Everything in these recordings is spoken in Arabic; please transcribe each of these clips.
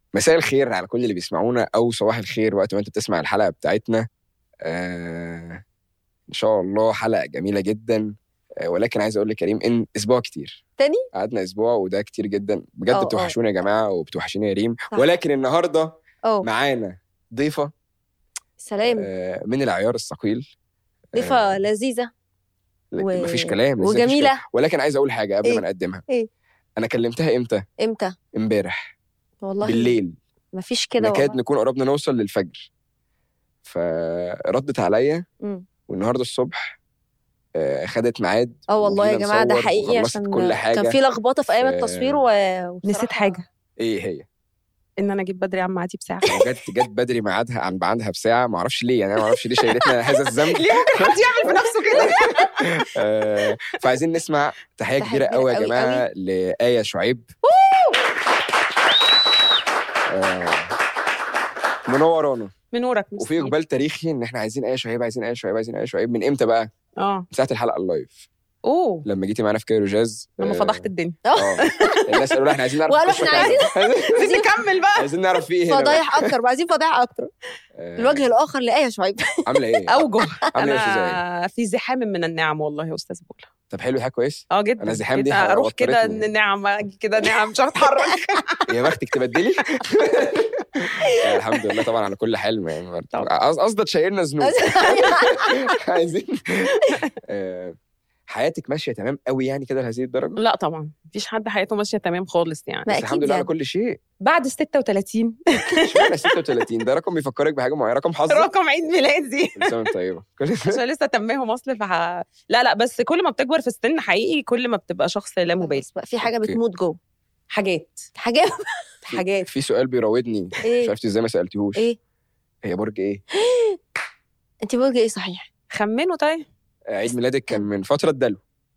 مساء الخير على كل اللي بيسمعونا، او صباح الخير وقت ما انت بتسمع الحلقه بتاعتنا. ان شاء الله حلقه جميله جدا. ولكن عايز اقول لكريم ان اسبوع كتير تاني قعدنا اسبوع وده كتير جدا بجد. بتوحشوني يا جماعه وبتوحشوني يا ريم. ولكن النهارده معانا ضيفه سلام من العيار الثقيل، ضيفه لذيذه مفيش كلام وجميله. ولكن عايز اقول حاجه قبل ما نقدمها. انا كلمتها امتى؟ امبارح والله بالليل، مفيش كده نكاد نكون قربنا نوصل للفجر، فردت عليا والنهارده الصبح خدت ميعاد. والله يا جماعه ده حقيقي، عشان كل حاجة كان في لخبطه في ايام التصوير نسيت حاجه. ايه هي؟ ان انا اجيب بدري عن ميعادي بساعه. جت بدري ميعادها عن بعدها بساعه، ما اعرفش ليه، يعني انا ما اعرفش ليه شايلتنا هذا الذنب. ليه ممكن حد يعمل في نفسه كده؟ فعايزين نسمع تحيه كبيره قوي يا جماعه لآية شعيب. منورانا. منورك. وفي اقبال تاريخي ان احنا عايزين آية شعيب، عايزين آية شعيب، عايزين آية شعيب. من امتى بقى؟ من ساعه الحلقه اللايف. لما جيتي معانا في كايرو جاز، لما فضحت الدنيا. الناس قالوا احنا عايزين نعرف، وقالوا احنا عايزين نكمل بقى، عايزين نعرف فيه ايه فضايح اكتر، عايزين فضايح اكتر. الوجه الاخر لآية شعيب عامله ايه؟ اوجه. انا في زحام من النعم والله يا استاذ بولا. طب حلو، حاجه كويس. جدا. انا زحام دي اروح كده النعم، اجي كده نعم مش هتحرك. يا بختك تبدلي. الحمد لله طبعا على كل حال، يعني قصدك شايلنا ذنوب. عايزين حياتك ماشيه تمام قوي يعني كده لهذه الدرجه؟ لا طبعا مفيش حد حياته ماشيه تمام خالص يعني، بس الحمد لله على كل شيء. بعد 36. اشمعنى 36؟ ده رقم بيفكرك بحاجه معينه؟ رقم حظ؟ رقم عيد ميلادي. كل سنه طيبه. عشان لسه تمهم اصل لا بس كل ما بتكبر في السن حقيقي كل ما بتبقى شخص لا مبالي. في حاجه بتموت جوه. حاجات. في سؤال بيراودني، مش عرفت ازاي ما سالتيهوش. ايه هي برج ايه؟ انت برج ايه صحيح؟ خمنه. طيب عيد ميلادك كان من فتره اداله.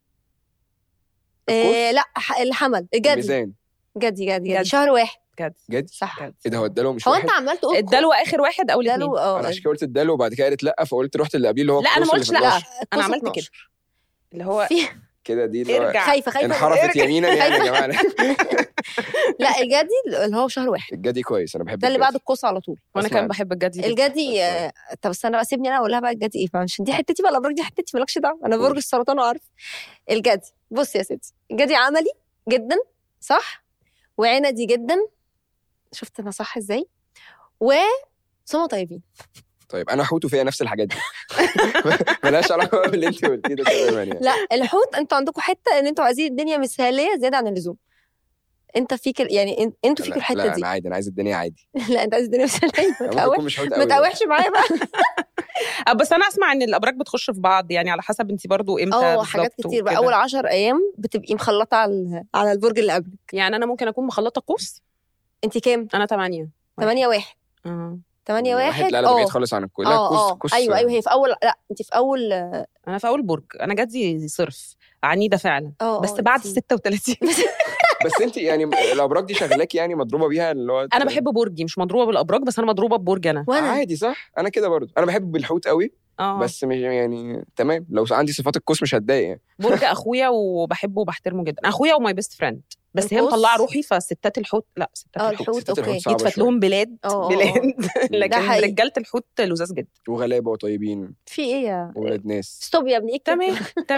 لا الحمل. الجدي. جدي شهر 1. جدي صح. ايه ده؟ هو اداله مش هو انت عمال تقول اداله اخر واحد او الاثنين؟ انا عشان قلت اداله وبعد كده قالت لا، فقلت رحت اللي قبليه اللي هو لا انا ما قلتش لا، انا عملت كده اللي هو كده دي اللي هو خايفه انحرفت يمينا يعني يا جماعه. لا الجدي اللي هو شهر 1. الجدي كويس، انا بحب ده اللي بعد القوس على طول. وانا كمان بحب الجدي. طب استنى بقى، سيبني انا اقول لها بقى الجدي ايه، عشان دي حتتي بقى، الابراج دي حتتي، مالكش دعوه. انا برج السرطان وعارف. الجدي بص يا ستي، الجدي عملي جدا صح، وعندي جدا. شفت انا صح ازاي؟ وسمو طيبين. طيب انا حوت فيها نفس الحاجات دي. ملهاش علاقه باللي انت قلتيه ده تماما يعني. لا الحوت انتوا عندكم حته ان انتوا عايزين الدنيا مثاليه زياده عن اللزوم. انت فيك يعني انتوا فيكوا الحته دي. لا انا عادي، انا عايز الدنيا عادي. لا انت عايز الدنيا مثاليه. ما تقاوحش معايا بقى. بس انا اسمع ان الابراج بتخش في بعض، يعني على حسب انت برضو امتى بالظبط. حاجات كتير بقى. اول 10 ايام بتبقي مخلطه على البرج اللي قبلك. يعني انا ممكن اكون مخلطه قوس. انت كام؟ انا 8 1. 8-1. لا لا بعيد خالص عن الكل. ايوه هي في اول. لا انت في اول. انا في اول برج. انا جدي صرف عنيده فعلا. بس بعد 36. بس انت يعني الابراج دي شغلاكي يعني مضروبه بيها اللي هو انا بحب برجي، مش مضروبه بالابراج، بس انا مضروبه ببرج انا. عادي صح. انا كده برضو، انا بحب بالحوت قوي. بس مش يعني تمام، لو عندي صفات القوس مش هتضايق يعني. برج اخويا وبحبه وبحترمه جدا، اخويا وماي بيست فريند. بس هي مطلعه روحي، فستات الحوت لا ستات الحوت اوكي يتفت لهم بلاد. لكن رجاله الحوت لذاذ جدا وغلابه وطيبين. في ايه يا ولاد ناس. ستوب يا ابني. تمام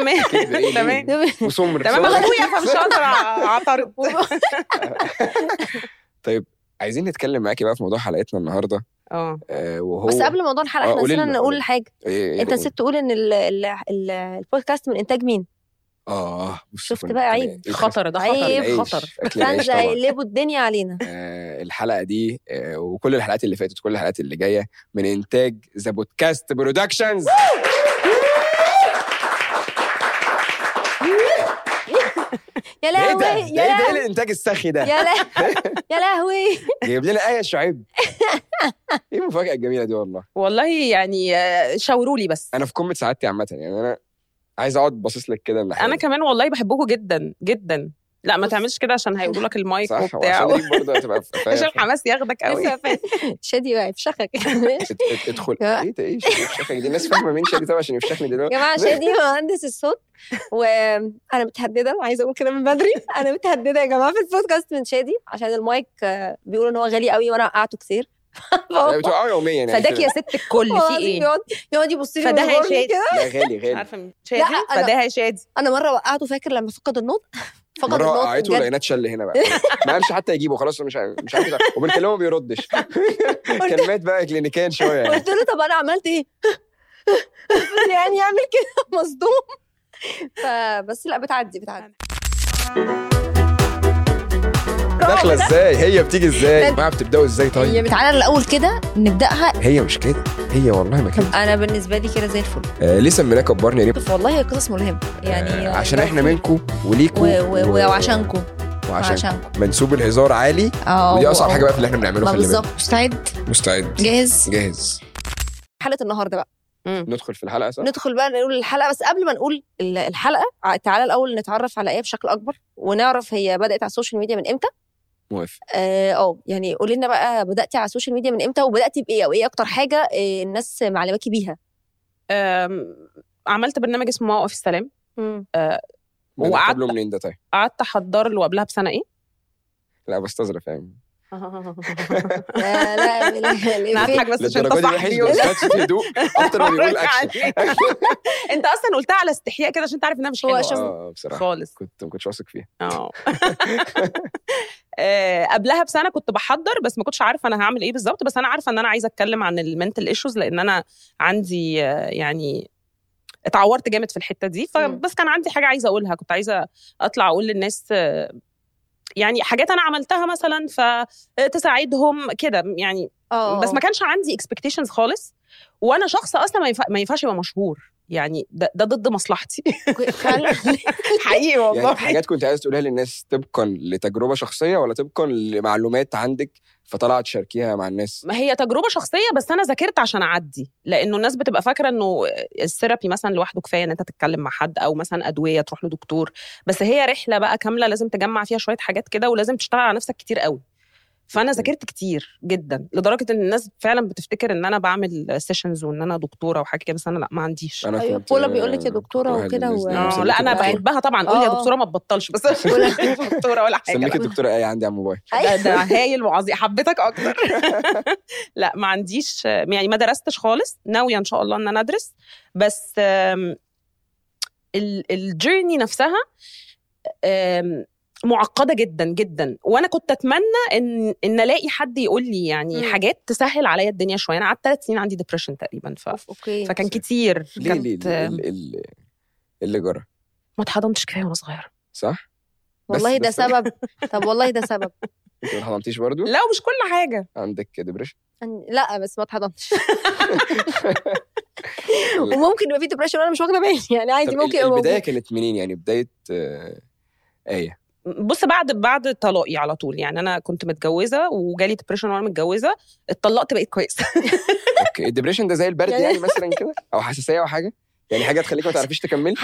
وسمر. تمام اخويا، فمش هقدر اعترض. طيب عايزين نتكلم معاكي بقى في موضوع حلقتنا النهارده. وهو بس قبل موضوع الحلقه احنا نسينا نقول حاجه. انت نسيت تقول ان البودكاست من انتاج مين؟ شفت بقى عيب. خطر ده، خطر. فانز هيقلبوا الدنيا علينا. الحلقه دي وكل الحلقات اللي فاتت وكل الحلقات اللي جايه من انتاج ذا بودكاست برودكشنز. يا لهوي ايه الانتاج السخي ده؟ يا لهوي. جايب لنا آية شعيب. ايه المفاجاه الجميله دي والله يعني شاوروا لي. بس انا في قمه سعادتي عامه، يعني انا عايز اقعد باصص لك كده. انا كمان والله بحبكم جدا جدا. لا ما تعملش كده عشان هيقولوا لك المايك وبتاع عشان برضه هتبقى عشان الحماس ياخدك قوي. شادي واقف شخك ادخل ايه شخك دي الناس فاهمه مين شادي طبعا عشان يفشخني دلوقتي. يا جماعه شادي مهندس الصوت وانا متهدده وعايزه اقول كده من بدري. انا متهدده يا جماعه في البودكاست من شادي عشان المايك بيقولوا ان هو غالي قوي وانا وقعته كتير. بتوقعه يوميا يعني. فداك يا ست الكل في ايه؟ يقعد يبص لي فده شادي لا غالي عارفه شادي فده شادي. انا مره وقعته فاكر لما فقد النطق مرة وقعته لقيناه اتشل هنا بقى ما قالش حتى يجيبه خلاص مش عارف وبنكلمه ما بيردش كلمات بقى كلينيكيا شويه يعني. قلت له طب انا عملت ايه يعني يعمل كده مصدوم. فبس لا بتعدي داخله ازاي هي بتيجي ازاي ما بتبداوا ازاي طيب هي بتعالى الاول كده نبداها هي مش كده هي والله ما كده. انا بالنسبه لي كده زي الفل. ليه سميناه كبرني يا ريم؟ والله هي قصص ملهمه يعني عشان احنا منكم وليكوا وعشانكم منسوب الهزار عالي ودي اصعب حاجه بقى في اللي احنا بنعمله. خلي بالك. مستعد جاهز. حلقه النهارده بقى ندخل في الحلقه صح؟ ندخل بقى نقول الحلقه. بس قبل ما نقول الحلقه تعالى الاول نتعرف على ايه بشكل اكبر ونعرف هي بدات على السوشيال ميديا من امتى. موافق. يعني قولي لنا بقى بداتي على السوشيال ميديا من امتى وبداتي بايه او ايه اكتر حاجه الناس معلماكي بيها؟ عملت برنامج اسمه موقف السلام. وقعدت له منين ده طيب؟ قعدت احضر له قبلها بسنه. ايه لا بستظرف يعني. لا نضحك بس عشان تصحي هدوء اكتر ما بيقول اكشن. انت اصلا قلتها على استحياء كده عشان تعرف انها مش حلوه بصراحه خالص. ما كنتش واثق فيها. قبلها بسنه كنت بحضر بس ما كنتش عارفه انا هعمل ايه بالظبط. بس انا عارفه ان انا عايزه اتكلم عن المنتل ايشوز لان انا عندي يعني اتعورت جامد في الحته دي. فبس كان عندي حاجه عايزه اقولها. كنت عايزه اطلع اقول للناس يعني حاجات انا عملتها مثلا فتساعدهم كده يعني. بس ما كانش عندي expectations خالص. وانا شخص اصلا ما ينفعش يبقى مشهور يعني. ده ضد مصلحتي حقيقي والله. يعني حاجات كنت عايز تقولها للناس طبقا لتجربه شخصيه ولا طبقا لمعلومات عندك فطلعت تشاركيها مع الناس؟ ما هي تجربه شخصيه بس انا ذاكرت عشان اعدي. لانه الناس بتبقى فاكره انه الثيرابي مثلا لوحده كفايه ان انت تتكلم مع حد او مثلا ادويه تروح لدكتور. بس هي رحله بقى كامله لازم تجمع فيها شويه حاجات كده ولازم تشتغل على نفسك كتير قوي. فانا ذاكرت كتير جدا لدرجه ان الناس فعلا بتفتكر ان انا بعمل سيشنز وان انا دكتوره وحاجه كده. بس انا لا ما عنديش. بولا بيقول لك يا دكتوره وكده لا انا بحبها طبعا. قول يا دكتوره ما تبطلش بس دكتوره ولا حاجه. سميك الدكتوره ايه عندي على الموبايل. ده هايل وعظيم حبيتك اكتر. لا ما عنديش يعني ما درستش خالص. ناويه ان شاء الله ان انا ادرس. بس الجيرني نفسها معقده جدا جدا. وانا كنت اتمنى ان الاقي حد يقول لي يعني حاجات تسهل عليا الدنيا شويه. انا قعدت 3 سنين عندي ديبريشن تقريبا فكان كتير. ليه اللي جرى ما اتحضنتش كفايه وانا صغيره صح؟ والله ده سبب. طب والله ده سبب. انت ما اتحضنتيش برضو؟ لا مش كل حاجه. عندك ديبريشن؟ لا بس ما اتحضنتش. وممكن يبقى في ديبريشن وانا مش واخده بالي يعني. عادي ممكن. البدايه كانت منين يعني؟ بدايه ايه؟ بص بعد طلاقي على طول يعني. انا كنت متجوزه وجالي ديبريشن وانا متجوزه. اتطلقت بقيت كويسه. اوكي. الديبريشن ده زي البرد يعني مثلا كده او حساسيه او حاجه يعني حاجه تخليك ما تعرفيش تكملي.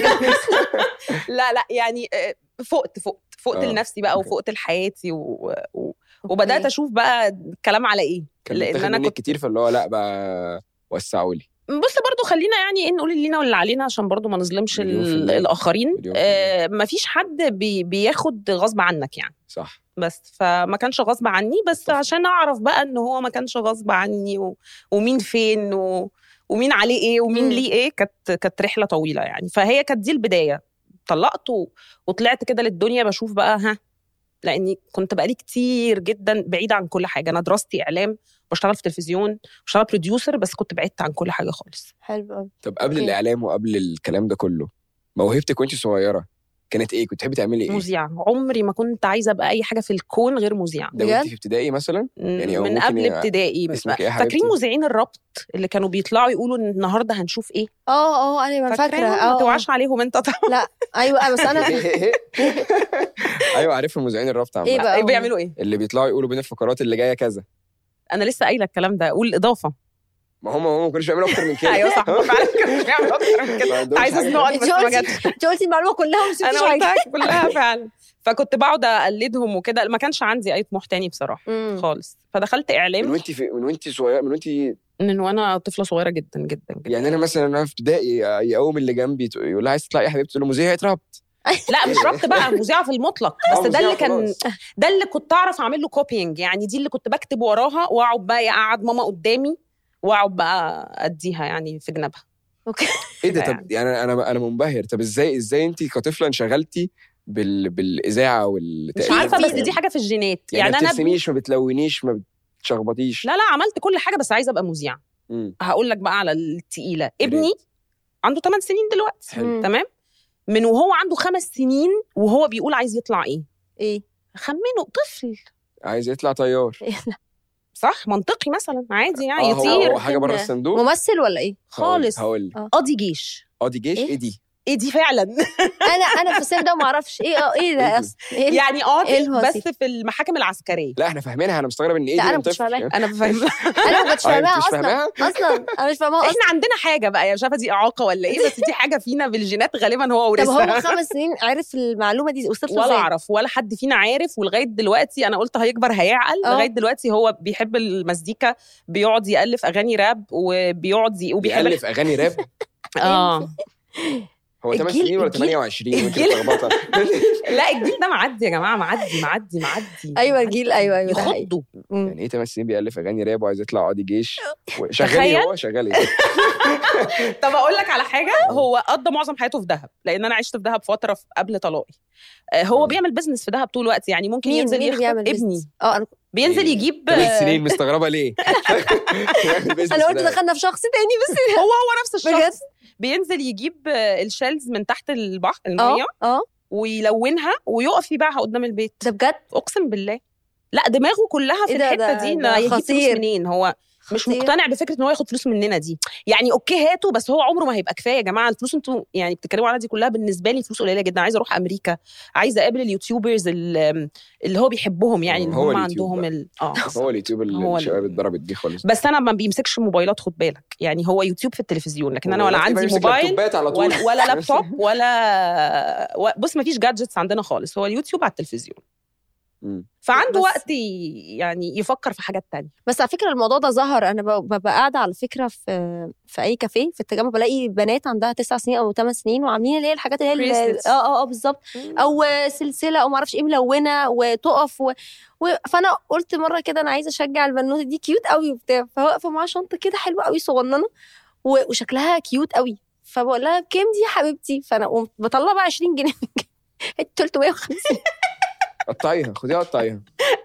لا يعني فقت لنفسي بقى وفقت لحياتي وبدات اشوف بقى الكلام على ايه. لان انا كنت كتير فاللي هو لا بقى وسعوا لي. بص برضو خلينا يعني نقول اللي لينا واللي علينا عشان برضو ما نظلمش الآخرين. مفيش حد بياخد غصب عنك يعني. صح. بس فما كانش غصب عني بس عشان أعرف بقى إنه هو ما كانش غصب عني ومين فين ومين عليه إيه ومين ليه إيه. كانت رحلة طويلة يعني. فهي كانت دي البداية. طلقت وطلعت كده للدنيا بشوف بقى لأني كنت بقالي كتير جدا بعيدة عن كل حاجة. أنا دراستي إعلام بشتغل في تلفزيون بشتغل بروديوسر بس كنت بعدت عن كل حاجة خالص. حلو. طب قبل الإعلام وقبل الكلام ده كله موهبتك وانت صغيرة كانت إيه؟ كنت تحبي تعملي إيه؟ مذيعة. عمري ما كنت عايزة أبقى أي حاجة في الكون غير مذيعة. ده وانت في ابتدائي مثلا؟ يعني من قبل ابتدائي. فاكرين مذيعين الربط اللي كانوا بيطلعوا يقولوا النهارده هنشوف ايه؟ انا فاكره. ما توعش عليهم انت طبعا. لا ايوه بس انا ايوه عارف المذيعين الربط ايه بقى بيعملوا ايه؟ اللي بيطلعوا يقولوا بين الفقرات اللي جايه كذا. انا لسه قايله الكلام ده. اقول اضافه ما هم ما كانوش بيعملوا اكتر من كده. ايوه صح فعلا كانوا بيعملوا اكتر من كده. عايزه ازنقك بس ما جاتش. انت قلتي المعلومه كلها وما سبتيش انا حاجه. قلتها كلها فعلا. فكنت بقعد اقلدهم وكده، ما كانش عندي اي طموح تاني بصراحه خالص. فدخلت اعلام من وانت صغيره، من وانت من وانا طفله صغيره جدا جدا جدا. يعني انا مثلا انا في ابتدائي يقوم اللي جنبي يقول لها عايز تطلعي يا حبيبتي، تقول له مذيعه ربط. لا مش ربط بقى، مذيعه في المطلق. بس ده اللي كان ده اللي كنت اعرف اعمل له كوبينج، يعني دي اللي كنت بكتب وراها واقعد بقى اقعد ماما قدامي واقعد بقى اديها يعني في جنبها. اوكي ايه ده؟ طب يعني انا منبهر. طب ازاي انت كطفله انشغلتي بالاذاعه والتقديم؟ مش عارفه بس دي حاجه في الجينات. يعني انا ما بترسميش، ما بتلونيش، ما بتشخبطيش؟ لا عملت كل حاجه بس عايزه ابقى مذيعه. هقول لك بقى على التقيله. ابني عنده 8 سنين دلوقتي. تمام. من وهو عنده 5 سنين وهو بيقول عايز يطلع ايه خمنه طفل عايز يطلع طيار. صح منطقي مثلا عادي يعني يطير. هو حاجه بره الصندوق. ممثل ولا ايه خالص؟ قاضي جيش. ايه دي فعلا. انا في السن ده ما اعرفش ايه ده اصلا. يعني قاضي بس في المحاكم العسكريه. لا احنا فاهمينها. انا مستغرب ان ايه دي. انا مش فاهماها. انا فاهمها. انا مش فاهماها اصلا. انا مش فاهماها. احنا عندنا حاجه بقى يا مش عارفه دي اعاقه ولا ايه، بس دي حاجه فينا بالجينات غالبا هو ورثها. طب هو 5 سنين عرف المعلومه دي وصلت له ولا اعرف ولا حد فينا عارف. ولغايه دلوقتي انا قلت هيكبر هيعقل. لغايه دلوقتي هو بيحب المزيكا، بيقعد يالف اغاني راب وبيحب يالف اغاني راب. هو 8 سنين ولا 28 وانت متلخبطه؟ لا الجيل ده معدي يا جماعه، معدي. ايوه الجيل ايوه يخضوا. يعني ايه 8 سنين بيالف اغاني راب وعايز يطلع قاضي جيش؟ شغال ايه؟ طب اقول لك على حاجه. هو قضى معظم حياته في دهب، لان انا عشت في دهب فتره قبل طلاقي. هو بيعمل بيزنس في دهب طول الوقت، يعني ممكن ينزل يخطب ابني. بينزل يجيب 8 سنين. مستغربه ليه؟ انا قلت دخلنا في شخص تاني بس هو نفس الشخص. بينزل يجيب الشيلز من تحت البحر الميه ويلونها ويقف يبيعها قدام البيت. ده بجد؟ اقسم بالله. لا دماغه كلها في الحته دي انه يجيب فلوس منين. هو مش مقتنع بفكره ان هو ياخد فلوس مننا دي. يعني اوكي هاتوا، بس هو عمره ما هيبقى كفايه يا جماعه. الفلوس انتوا يعني بتتكلموا عنها دي كلها بالنسبه لي فلوس قليله جدا. عايزه اروح امريكا، عايزه اقابل اليوتيوبرز اللي هو بيحبهم، يعني اللي هم عندهم هو اليوتيوب اللي الشباب اتضربت بيه خالص. بس انا ما بيمسكش موبايلات، خد بالك. يعني هو يوتيوب في التلفزيون، لكن انا ولا عندي موبايل ولا لابتوب ولا بص ما فيش جادجتس عندنا خالص. هو اليوتيوب على التلفزيون. فعنده وقت يعني يفكر في حاجات تانية. بس على فكرة الموضوع ده ظهر. أنا ببقى قاعدة على فكرة في أي كافيه في التجمع، بلاقي بنات عندها 9 سنين أو 8 سنين وعاملين اللي هي الحاجات اللي هي بالظبط، أو سلسلة أو معرفش إيه ملونة وتقف فأنا قلت مرة كده أنا عايزة أشجع البنوتة دي، كيوت قوي وبتاع. فواقفة معاها شنطة كده حلوة قوي صغننة وشكلها كيوت قوي. فبقول لها بكام دي يا حبيبتي؟ فأنا قمت بطلع بقى 20 جنيه 350. قطعيها، خديها قطعيها.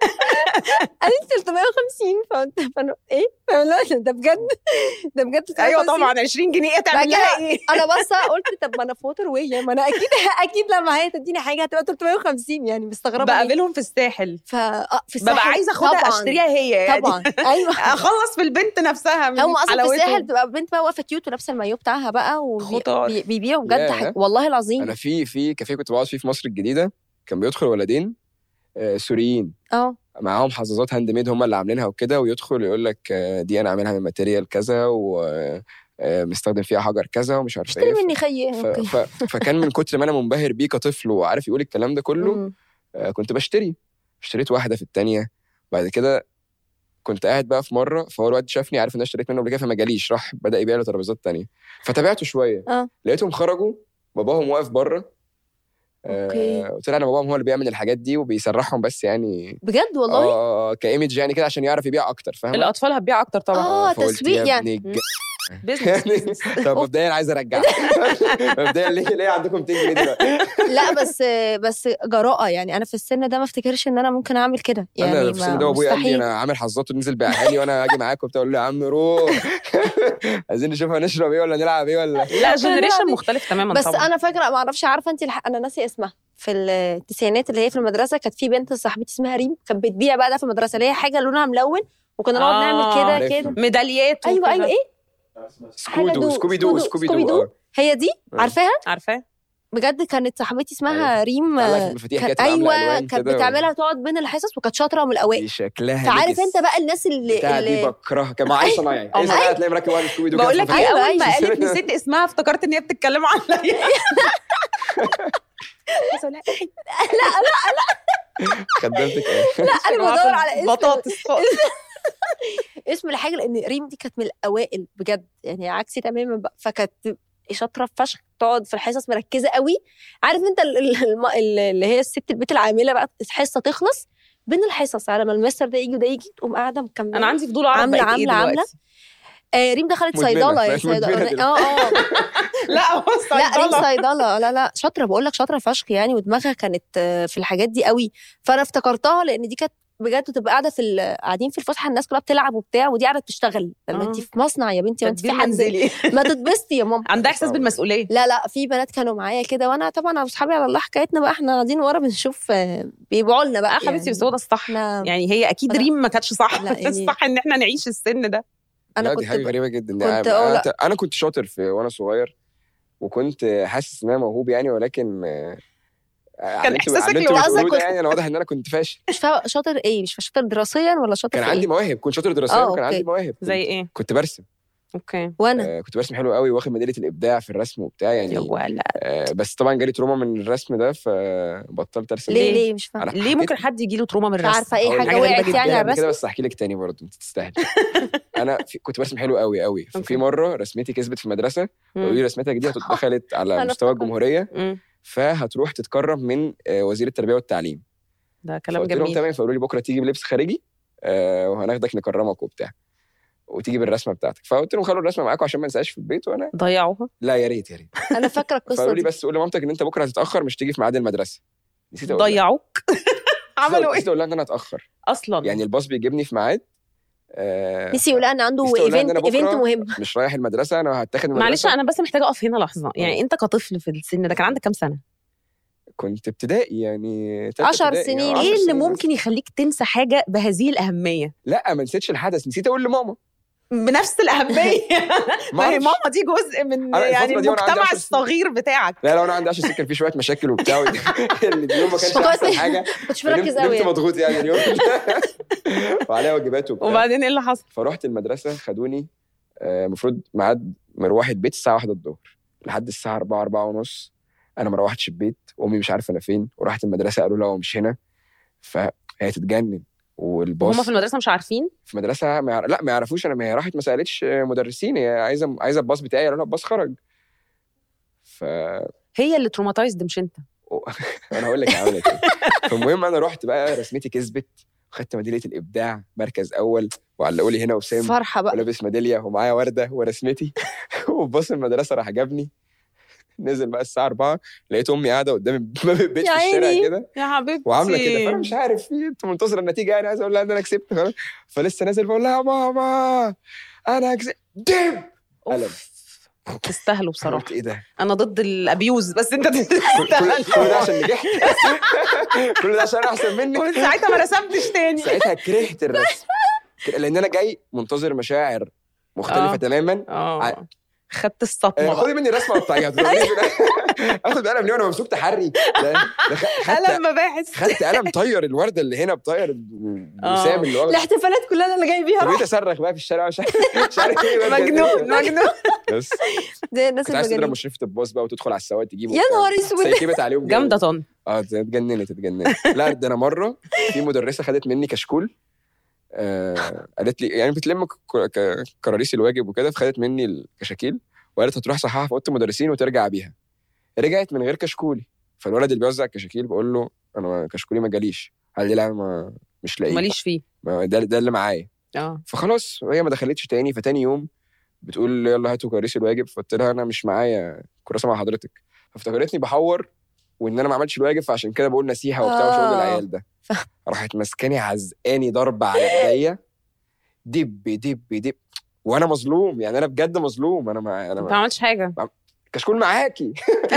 قالت 350. فانا ايه ده بجد ايوه طبعا 20 جنيه تعمل لها ايه؟ انا بس قلت طب ما انا فوتر ويا ما انا اكيد لما هي تديني حاجه هتبقى 350. يعني مستغربه. بقابلهم في الساحل في الساحل ببقى عايزه اخدها اشتريها هي يعني. طبعا ايوه اخلص في البنت نفسها من هم اصلا في الساحل بتبقى بنت بقى واقفه كيوت ولابسه المايو بتاعها بقى وبيبيعوا بجد والله العظيم. انا في كافيه كنت بقعد فيه في مصر الجديده، كان بيدخل ولدين سوريين معاهم حظاظات هاند ميد هم اللي عاملينها وكده، ويدخل يقول لك دي انا عاملها من ماتيريال كذا ومستخدم فيها حجر كذا ومش عارف ايه. مني خيي. فكان من كتر ما انا منبهر بيه كطفل وعارف يقول الكلام ده كله كنت اشتريت واحده في الثانيه. بعد كده كنت قاعد بقى في مره، فهو الواد شافني عارف ان انا اشتريت منه قبل كده فما جاليش، راح بدا يبيع له ترابيزات ثانيه. فتابعته شويه لقيتهم خرجوا، باباهم واقف بره. قلت له انا باباهم هو اللي بيعمل الحاجات دي وبيسرحهم بس يعني بجد والله كايمج يعني كده عشان يعرف يبيع اكتر. فاهم؟ الاطفال هتبيع اكتر طبعا. تسويق يعني بيزنس. طب مبدئيا عايز ارجع. مبدئيا ليه عندكم 200 جنيه دلوقتي؟ لا بس جراءه. يعني انا في السن ده ما افتكرش ان انا ممكن اعمل كده. يعني انا في السن ده ابويا قال لي انا عامل حظاظات وننزل بيعها لي وانا هاجي معاك وبتاع. اقول له يا عم روح. عايزين نشوف هنشرب ايه ولا نلعب ايه ولا لا جنريشن مختلف تماما. بس طبعا انا فاكره ما اعرفش عارفه انت انا ناسي اسمها. في التسعينات اللي هي في المدرسه كانت في بنت صاحبتي اسمها ريم، كانت بتبيع بقى ده في المدرسه اللي هي حاجه لونها ملون وكنا نقعد نعمل كده ميداليات. ايوه ايه سكوبي دو. هي دي عارفاها. بجد كانت صاحبتي اسمها ريم، كانت ايوه كانت بتعملها تقعد بين الحصص وكانت شاطره من الاوائل. شكلها فعارف انت بقى الناس اللي دي بكرهها كان معايا صنايعي هتلاقي مركب واحد سكوبي دو. بقول لك اول ما قالت نسيت اسمها افتكرت ان هي بتتكلم عليا. لا خدمتك ايه؟ لا انا بدور على اسم بطاطس اسم الحاجه، لان ريم دي كانت من الاوائل بجد يعني عكسي تماما بقى. فكانت شاطره فشخ، تقعد في الحصص مركزه قوي. عارف انت اللي هي الست البيت العامله بقى، الحصه تخلص بين الحصص على ما المستر ده يجي وده يجي تقوم قاعده مكمله. انا عندي فضول اعرف بقت ايه دلوقتي. ريم دخلت صيدله يا صيدله. لا هو لا ريم صيدله، لا شاطره بقول لك، شاطره فشخ يعني، ودماغها كانت في الحاجات دي قوي. فانا افتكرتها لان دي كانت بجد تبقى قاعده قاعدين في الفسحه الناس كلها بتلعب وبتاع، ودي قاعده بتشتغل. لما انت في مصنع يا بنتي وانت في منزلي ما تتبسطي يا ماما. عندها احساس بالمسؤوليه. لا في بنات كانوا معايا كده، وانا طبعا اصحابي على الله حكايتنا بقى، احنا قاعدين ورا بنشوف بيبيعوا لنا بقى. حبيبتي بس هو ده الصح يعني، هي اكيد ريم ما كانتش صح. الصح ان احنا نعيش السن ده. انا كنت دي حاجه غريبه جدا. انا كنت شاطر وانا صغير، وكنت حاسس ان انا موهوب يعني، ولكن كان احساسك لوحدك يعني. انا واضح ان انا كنت فاشل. مش شاطر ايه؟ مش شاطر دراسيا ولا شاطر؟ كان عندي مواهب، كنت شاطر دراسيا وكان عندي مواهب. زي ايه؟ كنت برسم. اوكي. وانا كنت برسم حلو قوي، واخد ميداليه الابداع في الرسم وبتاع يعني. بس طبعا جالي تروما من الرسم ده فبطلت ارسم. ليه مش فاهمه ليه ممكن حد يجي له تروما من الرسم؟ عارفه ايه حاجه وقعت يعني على الرسم كده. بس احكي لك تاني برضه انت تستاهل. انا كنت برسم حلو قوي قوي. ففي مره رسمتي كسبت في المدرسه، وقالوا لي رسمتك دي دخلت على مستوى الجمهوريه، فهتروح تتكرم من وزير التربيه والتعليم. ده كلام جميل. تمام. فقالوا لي بكره تيجي بلبس خارجي وهناخدك نكرمك وبتاع، وتيجي بالرسمه بتاعتك. فقلت لهم خلوا الرسمه معاكم عشان ما انساش في البيت. وانا ضيعوها. لا يا ريت انا فاكره القصه. فقالوا لي بس قول لمامتك ان انت بكره هتتاخر، مش تيجي في ميعاد المدرسه. نسيت اقول ضيعوك. عملوا ايه؟ نسيت اقول لها ان انا اتاخر اصلا يعني. الباص بيجيبني في ميعاد. نسي يقول ان عنده ايفنت مهم، مش رايح المدرسه، انا هتاخد من معلش انا بس محتاجه اقف هنا لحظه. يعني انت كطفل في السن ده كان عندك كام سنه؟ كنت ابتدائي يعني 10 سنين. ايه اللي ممكن يخليك تنسى حاجه بهذه الاهميه؟ لا ما نسيتش الحدث، نسيت اقول لماما بنفس الاهميه. ما هي ماما دي جزء من يعني المجتمع الصغير بتاعك. لا انا عندي 10 سنين كان في شويه مشاكل وبتاع. اليوم ما كانش احسن حاجه، كنتش مركز قوي، كنت مضغوط يعني اليوم وعليا واجبات وبتاع. وبعدين ايه اللي حصل؟ فروحت المدرسه، خدوني المفروض ميعاد مروحه بيت الساعه 1 الظهر لحد الساعه 4 4:30. انا ما روحتش البيت، امي مش عارفه انا فين، ورحت المدرسه قالوا لها هو مش هنا. فهي تتجنن. والباص هم في المدرسه مش عارفين؟ في المدرسه لا ما يعرفوش. انا ما هي راحت ما سالتش مدرسين، هي عايزه الباص بتاعي، قالوا لها الباص خرج. هي اللي تروماتايزد مش انت. انا هقول لك ايه. فالمهم انا رحت بقى، رسمتي كسبت، خدت ميداليه الابداع مركز اول، وعلقوا لي هنا وسام فرحه بقى، ولابس ميداليه ومعايا ورده ورسمتي. وباص المدرسه راح جابني. نزل بقى الساعه 4 لقيت امي قاعده قدام باب البيت في الشارع كده يا حبيبتي وعامله كده. فانا مش عارف في انت منتظره النتيجه يعني، عايز اقول لها ان انا كسبت خلاص. فلسه نازل بقول لها يا ماما انا كسبت. دم قلم. تستاهلوا بصراحه. ايه ده؟ انا ضد الابيوز بس انت تستاهل. كل ده عشان نجحت. كل ده عشان احسن منك. ساعتها ما رسمتش تاني. ساعتها كرهت الرسم لان انا جاي منتظر مشاعر مختلفه تماما. خدت الصدمه. خدي مني رسمه وقطعيها. اخد قلم ليه وانا ممسوك تحري؟ قلم مباحث. خدت قلم طير الورده اللي هنا، بطير الوسام اللي ورا. الاحتفالات كلها اللي جاي بيها. بقيت اصرخ بقى في الشارع مش عارف ايه. مجنون. بس زي الناس اللي تضرب مشرفه الباص بقى وتدخل على السواق تجيبه. يا نهار اسود. سيكبت عليهم جامده طن. اتجننت. لا ده انا مره في مدرسه خدت مني كشكول. قالت لي يعني بتلم كراريس الواجب وكده، فخدت مني الكشاكيل وقالت هتروح صححها في اوضه المدرسين وترجع بيها. رجعت من غير كشكولي. فالولد اللي بيوزع الكشاكيل بقول له انا كشكولي ما جاليش. قال لي لا ما مش لاقيه، ماليش فيه، ده اللي معايا. فخلاص هي ما دخلتش تاني. فتاني يوم بتقول يلا هاتوا كراريس الواجب. فقلت لها انا مش معايا كراسه مع حضرتك. فافتكرتني بحور وان انا ما عملتش الواجب، فعشان كده بقول نسيها وبتاع وشغل العيال ده. راحت مسكاني عزقاني ضربه على ايديا دب وانا مظلوم يعني. انا بجد مظلوم. انا ما عملتش حاجه، كشكول معاكي.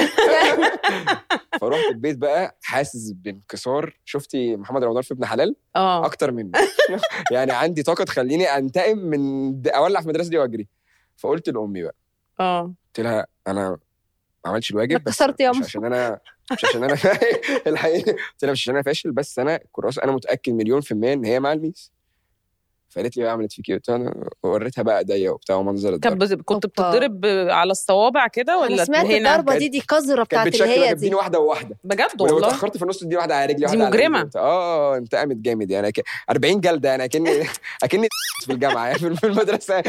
فروحت البيت بقى حاسس بانكسار. شفتي محمد رمضان في ابن حلال؟ اكتر منه. يعني عندي طاقه تخليني انتقم من اولع في المدرسه دي واجري. فقلت لامي بقى، قلت لها انا ما عملتش الواجب بس كسرت يوم. مش عشان انا الحقيقه قلت لها مش عشان انا فاشل، بس انا الكراسه انا متاكد 100% ان هي مع الميس. فقالت لي بقى عملت فيك ايه؟ قلت انا وريتها بقى ايديا وبتاع ومنظر الضرب. كنت بتضرب على الصوابع كده ولا انا سمعت هنا؟ الضربه دي قذره بتاعت كانت اللي بتشكل هي تديني دي واحده وواحده بجد ولو والله. اتاخرت في النص تديني واحده على رجلي، دي واحده على مجرمة. رجلي. انت قامت جامد يعني 40 جلده يعني اكني في الجامعه يعني في المدرسه.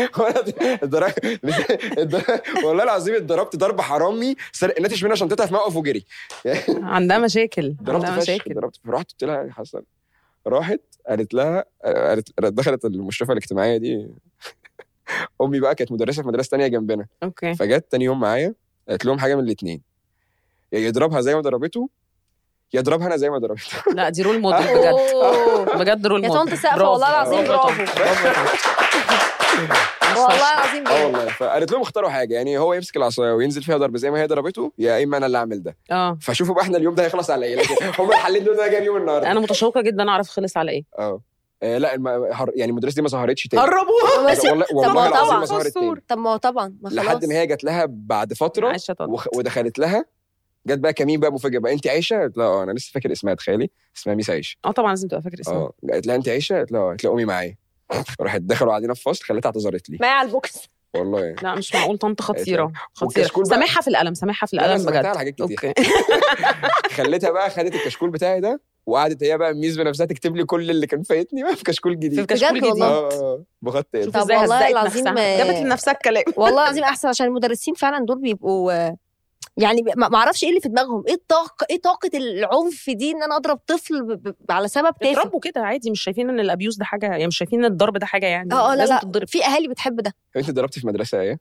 والله العظيم اتضربت ضرب حرامي نتش منها شنطتها في موقف وجري. عندها مشاكل. ضربت رحت قلت لها حصل. راحت قالت لها دخلت المشرفه الاجتماعيه دي امي بقى كانت مدرسه في مدرسه تانية جنبنا. اوكي. فجت تاني يوم معايا قالت لهم حاجه من الاثنين، يا يضربها زي ما ضربته يا يضربها انا زي ما ضربته. لا دي رول موديل بجد بجد رول يا موديل. طنط سقفه والله العظيم برافو والله العظيم برافو. والله فقالت لهم اختاروا حاجه، يعني هو يمسك العصايه وينزل فيها ضرب زي ما هي ضربته، يا اما انا اللي اعمل ده. فشوفوا بقى احنا اليوم ده هيخلص على ايه، لكن هم الحلين دول ده جاي اليوم النهارده. انا متشوقه جدا اعرف خلص على ايه. لا يعني المدرسه دي ما ظهرتش تاني. قربوها والله العظيم ما ظهرت تاني. طب ما هو طبعا ما خلاص لحد ما هي جت لها بعد فتره ودخلت لها. جت بقى كمين بقى مفاجاه بقى، انت عايشه؟ قلت لها انا لسه فاكر اسمها، تخيلي اسمها ميس عايشه. طبعا لازم تبقى فاكر اسمها. قالت لها انت عايشه؟ قلت لها قومي معايا. راحت دخلوا قاعدين في فصل، خليتها اعتذرت لي معايا على البوكس والله. لا مش معقول، طنط خطيره سامحها في القلم بجد. اوكي. خليتها بقى خدت الكشكول بتاعي ده وقعدت هي بقى ميز بنفسها تكتب لي كل اللي كان فايتني بقى في كشكول جديد. بغط شوف ازاي هزقت نفسها، جابت لنفسها الكلام. والله العظيم احسن، عشان المدرسين فعلا دول بيبقوا يعني ما اعرفش ايه اللي في دماغهم، ايه طاقه العنف دي ان انا اضرب طفل على سبب تافه. بيضربوا كده عادي، مش شايفين ان الابيوز ده حاجه، يعني مش شايفين ان الضرب ده حاجه يعني لازم تضرب. في اهالي بتحب ده. انت ضربتي في مدرسه ايه؟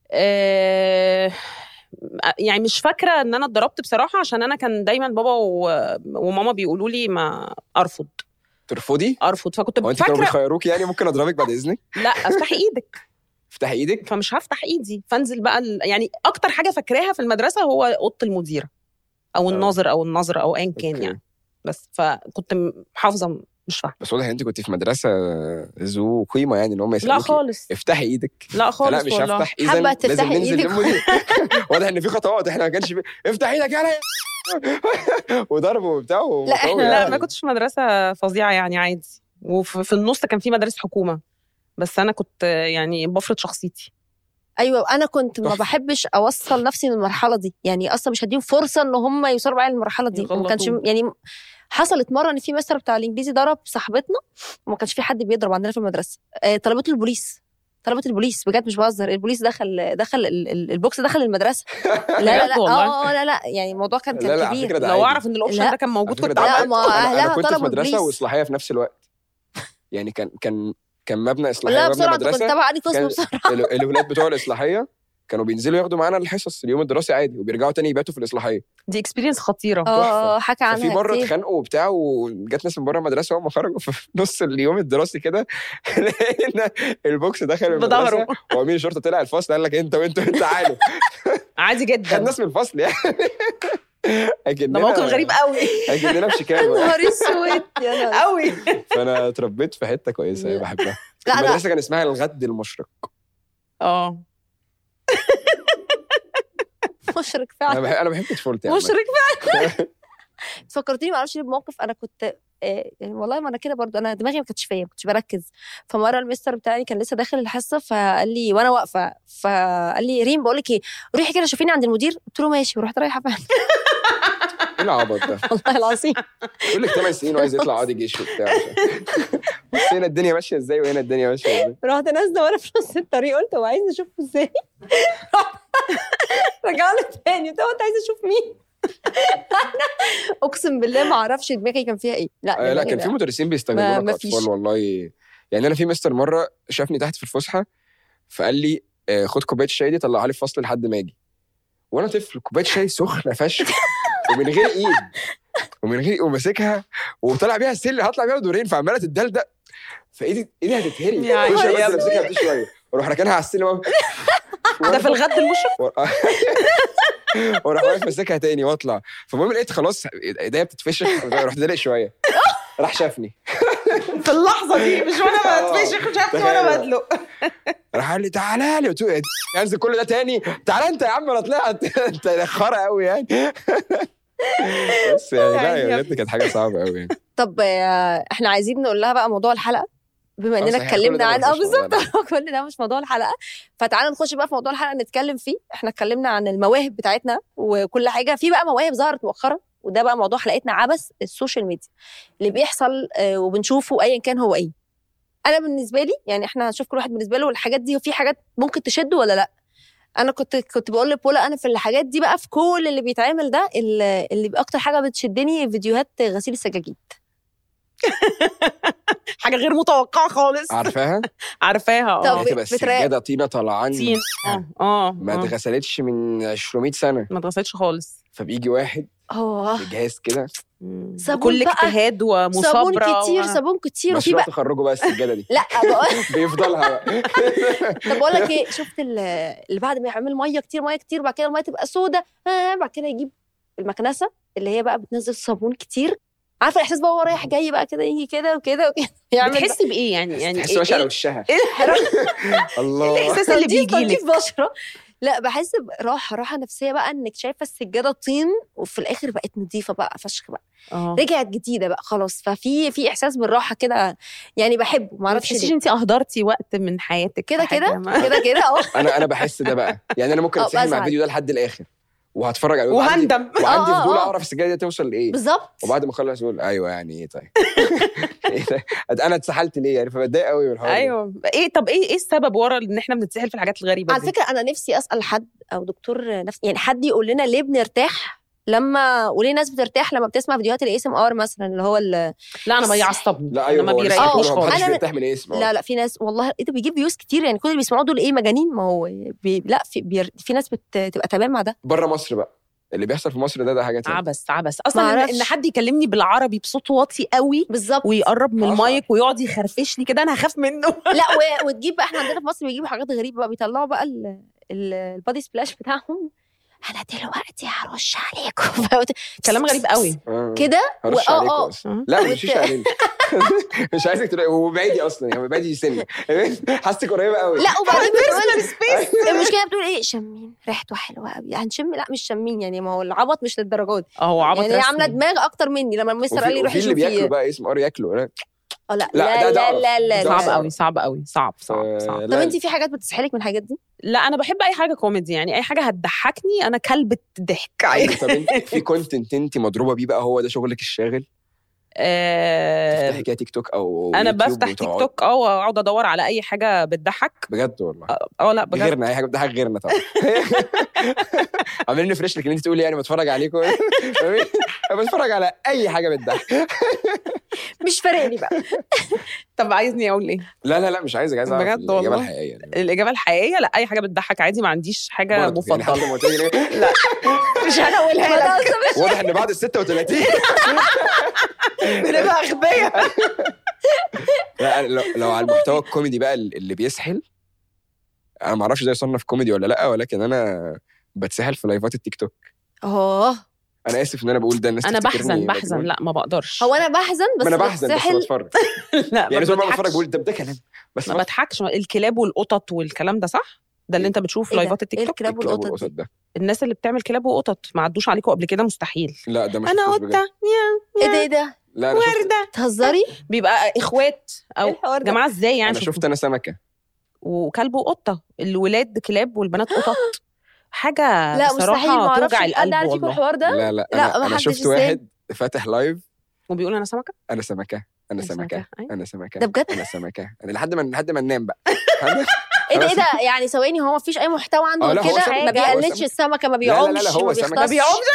يعني مش فاكره ان انا اتضربت بصراحه، عشان انا كان دايما بابا وماما بيقولوا لي ما ارفض. ترفضي؟ ارفض. فكنت فاكره انت كانوا بيخيروك يعني ممكن اضربك بعد اذنك؟ لا افتحي ايدك. افتحي ايدك؟ فمش هفتح ايدي، فانزل بقى يعني اكتر حاجه فاكراها في المدرسه هو اوضه المديره او الناظر او النظره او ايا كان يعني. بس فكنت حافظه مش فاهمه. بس واضح انت كنت في مدرسه ذو قيمه يعني ان هم يسالوكي. لا خالص. افتحي ايدك. لا خالص. لا مش هفتح اذا لازم ننزل واضح ان في خطوات احنا ما كانش افتح ايدك يلا وضربه وبتاع. لا ما كنتش في مدرسه فظيعه يعني عادي، وفي النص كان في مدارس حكومه، بس انا كنت يعني بفرض شخصيتي. ايوه انا كنت ما بحبش اوصل نفسي للمرحله دي، يعني اصلا مش هديهم فرصه ان هم يوصلوا معايا للمرحله دي. ما كانش يعني حصلت مره ان في مستر بتاع الانجليزي ضرب صاحبتنا وما كانش في حد بيضرب عندنا في المدرسه. طلبت البوليس بجد مش بهزر. البوليس دخل البوكس دخل المدرسه. لا يعني الموضوع كان كبير. لو اعرف ان الاوبشن ده كان موجود كنت اهلها كنت في طلبوا مدرسه واصلاحيه في نفس الوقت يعني كان مبنى اصلاحيه. لا بسرعه كنت تبع علي قسم بسرعه. الاولاد بتوع الاصلاحيه كانوا بينزلوا ياخدوا معانا الحصص اليوم الدراسي عادي وبيرجعوا تاني يباتوا في الاصلاحيه. دي اكسبيرينس خطيره. حكى عنها في مره اتخانقوا وبتاع وجت ناس من بره المدرسه وهم خرجوا في نص اليوم الدراسي كده لقينا البوكس دخل المدرسه وامين الشرطه طلع الفصل قال لك انت تعالوا. عادي جدا. خد ناس من الفصل يعني. ده موقف غريب قوي. اكننا في شيكاغو. نهار اسود يا نهار قوي. فانا اتربيت في حته كويسه بحبها. المدرسه كان اسمها الغد المشرق. مشرق فعلا. انا بحب طفولتي. مشرق فعلا. فكرتني ما اعرفش ليه بموقف. انا كنت يعني والله ما انا كده برضو، انا دماغي ما كانتش فيا، ما كنتش بركز. فمره المستر بتاعي كان لسه داخل الحصه فقال لي وانا واقفه، فقال لي ريم بقول لك ايه روحي كده شوفيني عند المدير. قلت له ماشي ورحت رايحه فعلا. ايه العبط ده والله العظيم. يقول لك 8 سنين وعايز يطلع قاضي جيش وبتاع. بس هنا الدنيا ماشيه ازاي وهنا الدنيا ماشيه ازاي. رحت نازله وانا في نص الطريق قلت هو عايز اشوفه ازاي. رجع له تاني قلت له انت عايز اشوف مين. اقسم بالله ما اعرفش دماغي كان فيها ايه. لا كان في مدرسين بيستغلونا كاطفال والله. يعني انا في مستر مره شافني تحت في الفسحه فقال لي خد كوبايه الشاي دي طلعها لي في فصل لحد ما اجي. وانا طفل كوبايه شاي سخنه فشخ ومن غير ايد وماسكها وطلع بيها السلم هطلع بيها دورين فعماله تدلدق فايدي هتتهري. مش بس امسكها بدي شويه واروح راكنها على السلم. ده في الغد المشرق. وراح واقف ماسكها تاني واطلع. فالمهم لقيت خلاص ايديا بتتفشخ رحت دلق شويه راح شافني في اللحظه دي مش وانا بتفشخ شافني وانا بدلق. راح قال لي تعالى لي، قلت له انزل كل ده تاني؟ تعالى انت يا عم، انا طلعت انت خرا قوي يعني. بس يعني لا بجد كانت حاجه صعبه قوي يعني. طب احنا عايزين نقول لها بقى موضوع الحلقه، بما اننا اتكلمنا عن بالظبط كل ده مش موضوع الحلقه، فتعالى نخش بقى في موضوع الحلقه نتكلم فيه. احنا اتكلمنا عن المواهب بتاعتنا وكل حاجه، في بقى مواهب ظهرت مؤخرا، وده بقى موضوع حلقتنا، عبث السوشيال ميديا اللي بيحصل وبنشوفه ايا كان هو ايه. انا بالنسبه لي يعني احنا هنشوف كل واحد بالنسبه له الحاجات دي، وفي حاجات ممكن تشده ولا لا. انا كنت بقول لبولا انا في الحاجات دي بقى، في كل اللي بيتعمل ده، اللي اكتر حاجه بتشدني فيديوهات غسيل السجاجيد. حاجه غير متوقعه خالص. عارفاها طب تبقى السجاده طينه طالعه طين ما اتغسلتش من 200 سنه، ما اتغسلتش خالص، فبيجي واحد بجهاز كده كل اجتهاد ومصابره صابون كتير وفي بقى تخرجوا بقى السجاده دي. لا بيفضلها بقى. طب بقول لك ايه، شفت اللي بعد ما يعمل ميه كتير بعد كده الميه تبقى سودة، بعد كده يجيب المكنسه اللي هي بقى بتنزل صابون كتير، عارفه الاحساس بقى، هو رايح جاي بقى كده، يجي كده وكده يعمل. بتحسي بايه يعني تحسي ماشي على وشها. الله، الاحساس اللي بيجي لك بشره. لا بحس براحه نفسيه بقى، انك شايفه السجاده طين وفي الاخر بقت نظيفه بقى فشخ بقى، رجعت جديده بقى خلاص. ففي احساس بالراحه كده يعني، بحبه. ما اعرفش تحسيش انت اهدرتي وقت من حياتك كده انا بحس ده بقى يعني. انا ممكن اتسحل مع الفيديو ده لحد الاخر وهتفرج عليه وهندم وعندي فضول اعرف السجاده دي توصل لايه بالظبط، وبعد ما اخلص اقول ايوه يعني ايه طيب. انا اتسحلت ليه يعني، فبتضايق قوي من الحوار. ايوه ايه طب ايه السبب ورا ان احنا بنتسحل في الحاجات الغريبه على دي؟ فكره انا نفسي اسال حد او دكتور نفسي، يعني حد يقول لنا ليه بنرتاح لما، وليه ناس بترتاح لما بتسمع فيديوهات الاي اس ام ار مثلا، اللي هو لا انا ما يعصبني. لا ايوه ما بيريحنيش خالص. انا بيرتاح من اسم. لا في ناس والله ايه ده بيجيب فيوز كتير يعني، كل اللي بيسمعوه دول ايه مجانين؟ ما هو لا في ناس بتبقى تمام مع ده. بره مصر بقى اللي بيحصل في مصر ده حاجه تانية. عبس اصلا ان حد يكلمني بالعربي بصوت واطي قوي بالظبط ويقرب من المايك ويقعد يخرفش لي كده، انا هخاف منه. لا وتجيب بقى، احنا عندنا في مصر بيجيبوا حاجات غريبه بقى، بيطلعوا بقى البادي سبلاش بتاعهم، انا دلوقتي هرش عليكم. كلام غريب قوي كده. لا مش عليك. مش عايزك تروح، هو بعيدي اصلا يعني، بعيدي سنه حاسك قريبه قوي. لا وبعدين بتقول سبيس، المشكله بتقول ايه، شمين ريحته حلوه قوي، هنشم. لا مش شمين يعني، ما هو العبط مش للدرجات دي. هو عبط يعني هي عامله دماغ اكتر مني. لما المستر قال لي روحي شوفي، اللي بياكلوا بقى اسم ار ياكلوا. لا صعب قوي. طب انت في حاجات بتسحلك من الحاجات دي؟ لا انا بحب اي حاجه كوميدي يعني، اي حاجه هتضحكني، انا كلبة ضحك. طب انت في كونتنت انت مضروبه بيه بقى، هو ده شغلك الشاغل؟ تفتحي كده تيك توك او انا بفتح تيك توك واقعد ادور على اي حاجه بتضحك بجد والله. لا بجد، غيرنا اي حاجه بتضحك غيرنا طبعا. عاملين نفرش لك اللي انت تقولي يعني بتفرج عليكم. بتفرج على اي حاجه بتضحك، مش فارقني بقى. طب عايزني اقول ايه؟ لا مش عايز اعرف الاجابه الحقيقيه يعني. الاجابه الحقيقيه لا، اي حاجه بتضحك عادي، ما عنديش حاجه مفضله يعني. لا مش هنقولها لك. واضح ان بعد ال 36 بنبقى اغبياء. لا لو على المحتوى الكوميدي بقى اللي بيسحل، انا ما اعرفش ازاي يصنف كوميدي ولا لا، ولكن انا بتسحل في لايفات التيك توك. انا اسف ان انا بقول ده، الناس انا بحزن لا ما بقدرش. هو انا بحزن بس انا بحزن بس بتفرج. لا يعني زي ما بتفرج بقول ده كلام بس ما بضحكش. الكلاب والقطط والكلام ده صح؟ ده اللي انت بتشوف في لايفات التيك توك؟ الكلاب والقطط ده الناس اللي بتعمل كلاب وقطط ما عدوش عليكم قبل كده؟ مستحيل. لا ده مش انا قطه ايه ده لا انا وردة تهزري، بيبقى اخوات او جماعه ازاي يعني. انا شفت انا سمكه وكلب وقطه، الولاد كلاب والبنات قطط. حاجه لا صراحه توجع القلب والله. الحوار ده لا انا شفت واحد فاتح لايف وبيقول انا سمكه انا سمكه ده بجد؟ انا سمكه لحد ما ننام بقى. ايه ده يعني ثواني، هو مفيش اي محتوى عنده كده؟ ما بيقلدش السمكه، ما بيعومش، لا هو سمكه ما بيعومش.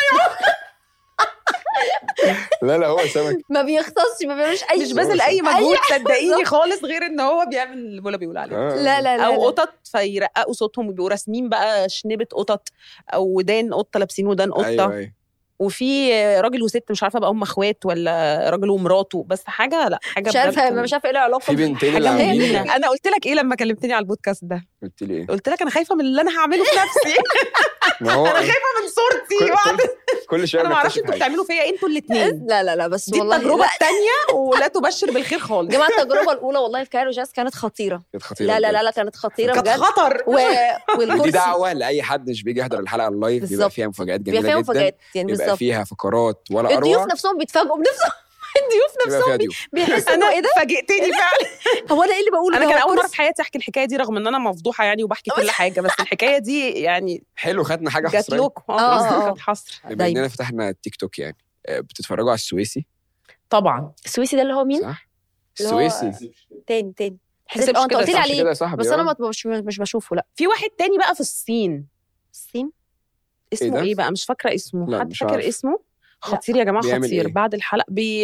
لا هو سمك ما بيختصش، ما بيعملش اي، مش بذل اي مجهود صدقيني خالص، غير ان هو بيعمل اللي بولا بيقول عليه. لا او قطط فيرققوا صوتهم وبيبقوا راسمين بقى شنبه قطط او ودان قطه، لابسين ودان قطه. أيوة. وفي راجل وست مش عارفه بقى هم اخوات ولا راجل ومراته، بس حاجه لا حاجه مش عارفه ايه العلاقه. في بنتين انا قلت لك ايه لما كلمتني على البودكاست ده؟ قلت لي ايه؟ قلت لك انا خايفه من اللي انا هعمله في نفسي. ما هو انا خايفه من صورتي. كل شويه انا ما اعرفش بكتشف انتوا حاجة. بتعملوا فيا انتوا الاثنين. لا بس دي والله التجربه الثانيه ولا تبشر بالخير خالص. يا جماعه التجربه الاولى والله في كايرو جاز كانت خطيره. كانت خطيره. لا كانت خطيره كانت بجد. خطر. ودي والكرسي دعوه لاي حد مش بيجي يحضر الحلقه اللايف، بيبقى بالظبط. فيها مفاجآت بيبقى جميله فيها جدا، مفاجآت يعني بيبقى بالظبط. فيها فقرات ولا اروع. الضيوف نفسهم بيتفاجئوا بنفسهم. الضيوف بيبقى فيها نفسهم ضيوف. بيحسوا انه ايه ده، فاجئتني فعلا. هو انا ايه اللي بقوله انا ده؟ كان هو اول مره كرسي. في حياتي احكي الحكايه دي، رغم ان انا مفضوحه يعني وبحكي كل حاجه، بس الحكايه دي يعني حلو، خدنا حاجه جات حصريه. لكم. كانت حصر. بما اننا فتحنا التيك توك يعني، بتتفرجوا على السويسي؟ طبعا. السويسي ده اللي هو مين؟ صح، اللي هو السويسي. تاني حسيت انت قلت لي صح عليه كده يا صاحبي. بس انا مش بشوفه. لا في واحد تاني بقى في الصين، الصين اسمه ده؟ ايه بقى؟ مش فاكره اسمه. لا، حد مش فاكر عارف. اسمه؟ خطير يا جماعه، بيعمل خطير. إيه؟ بعد الحلقه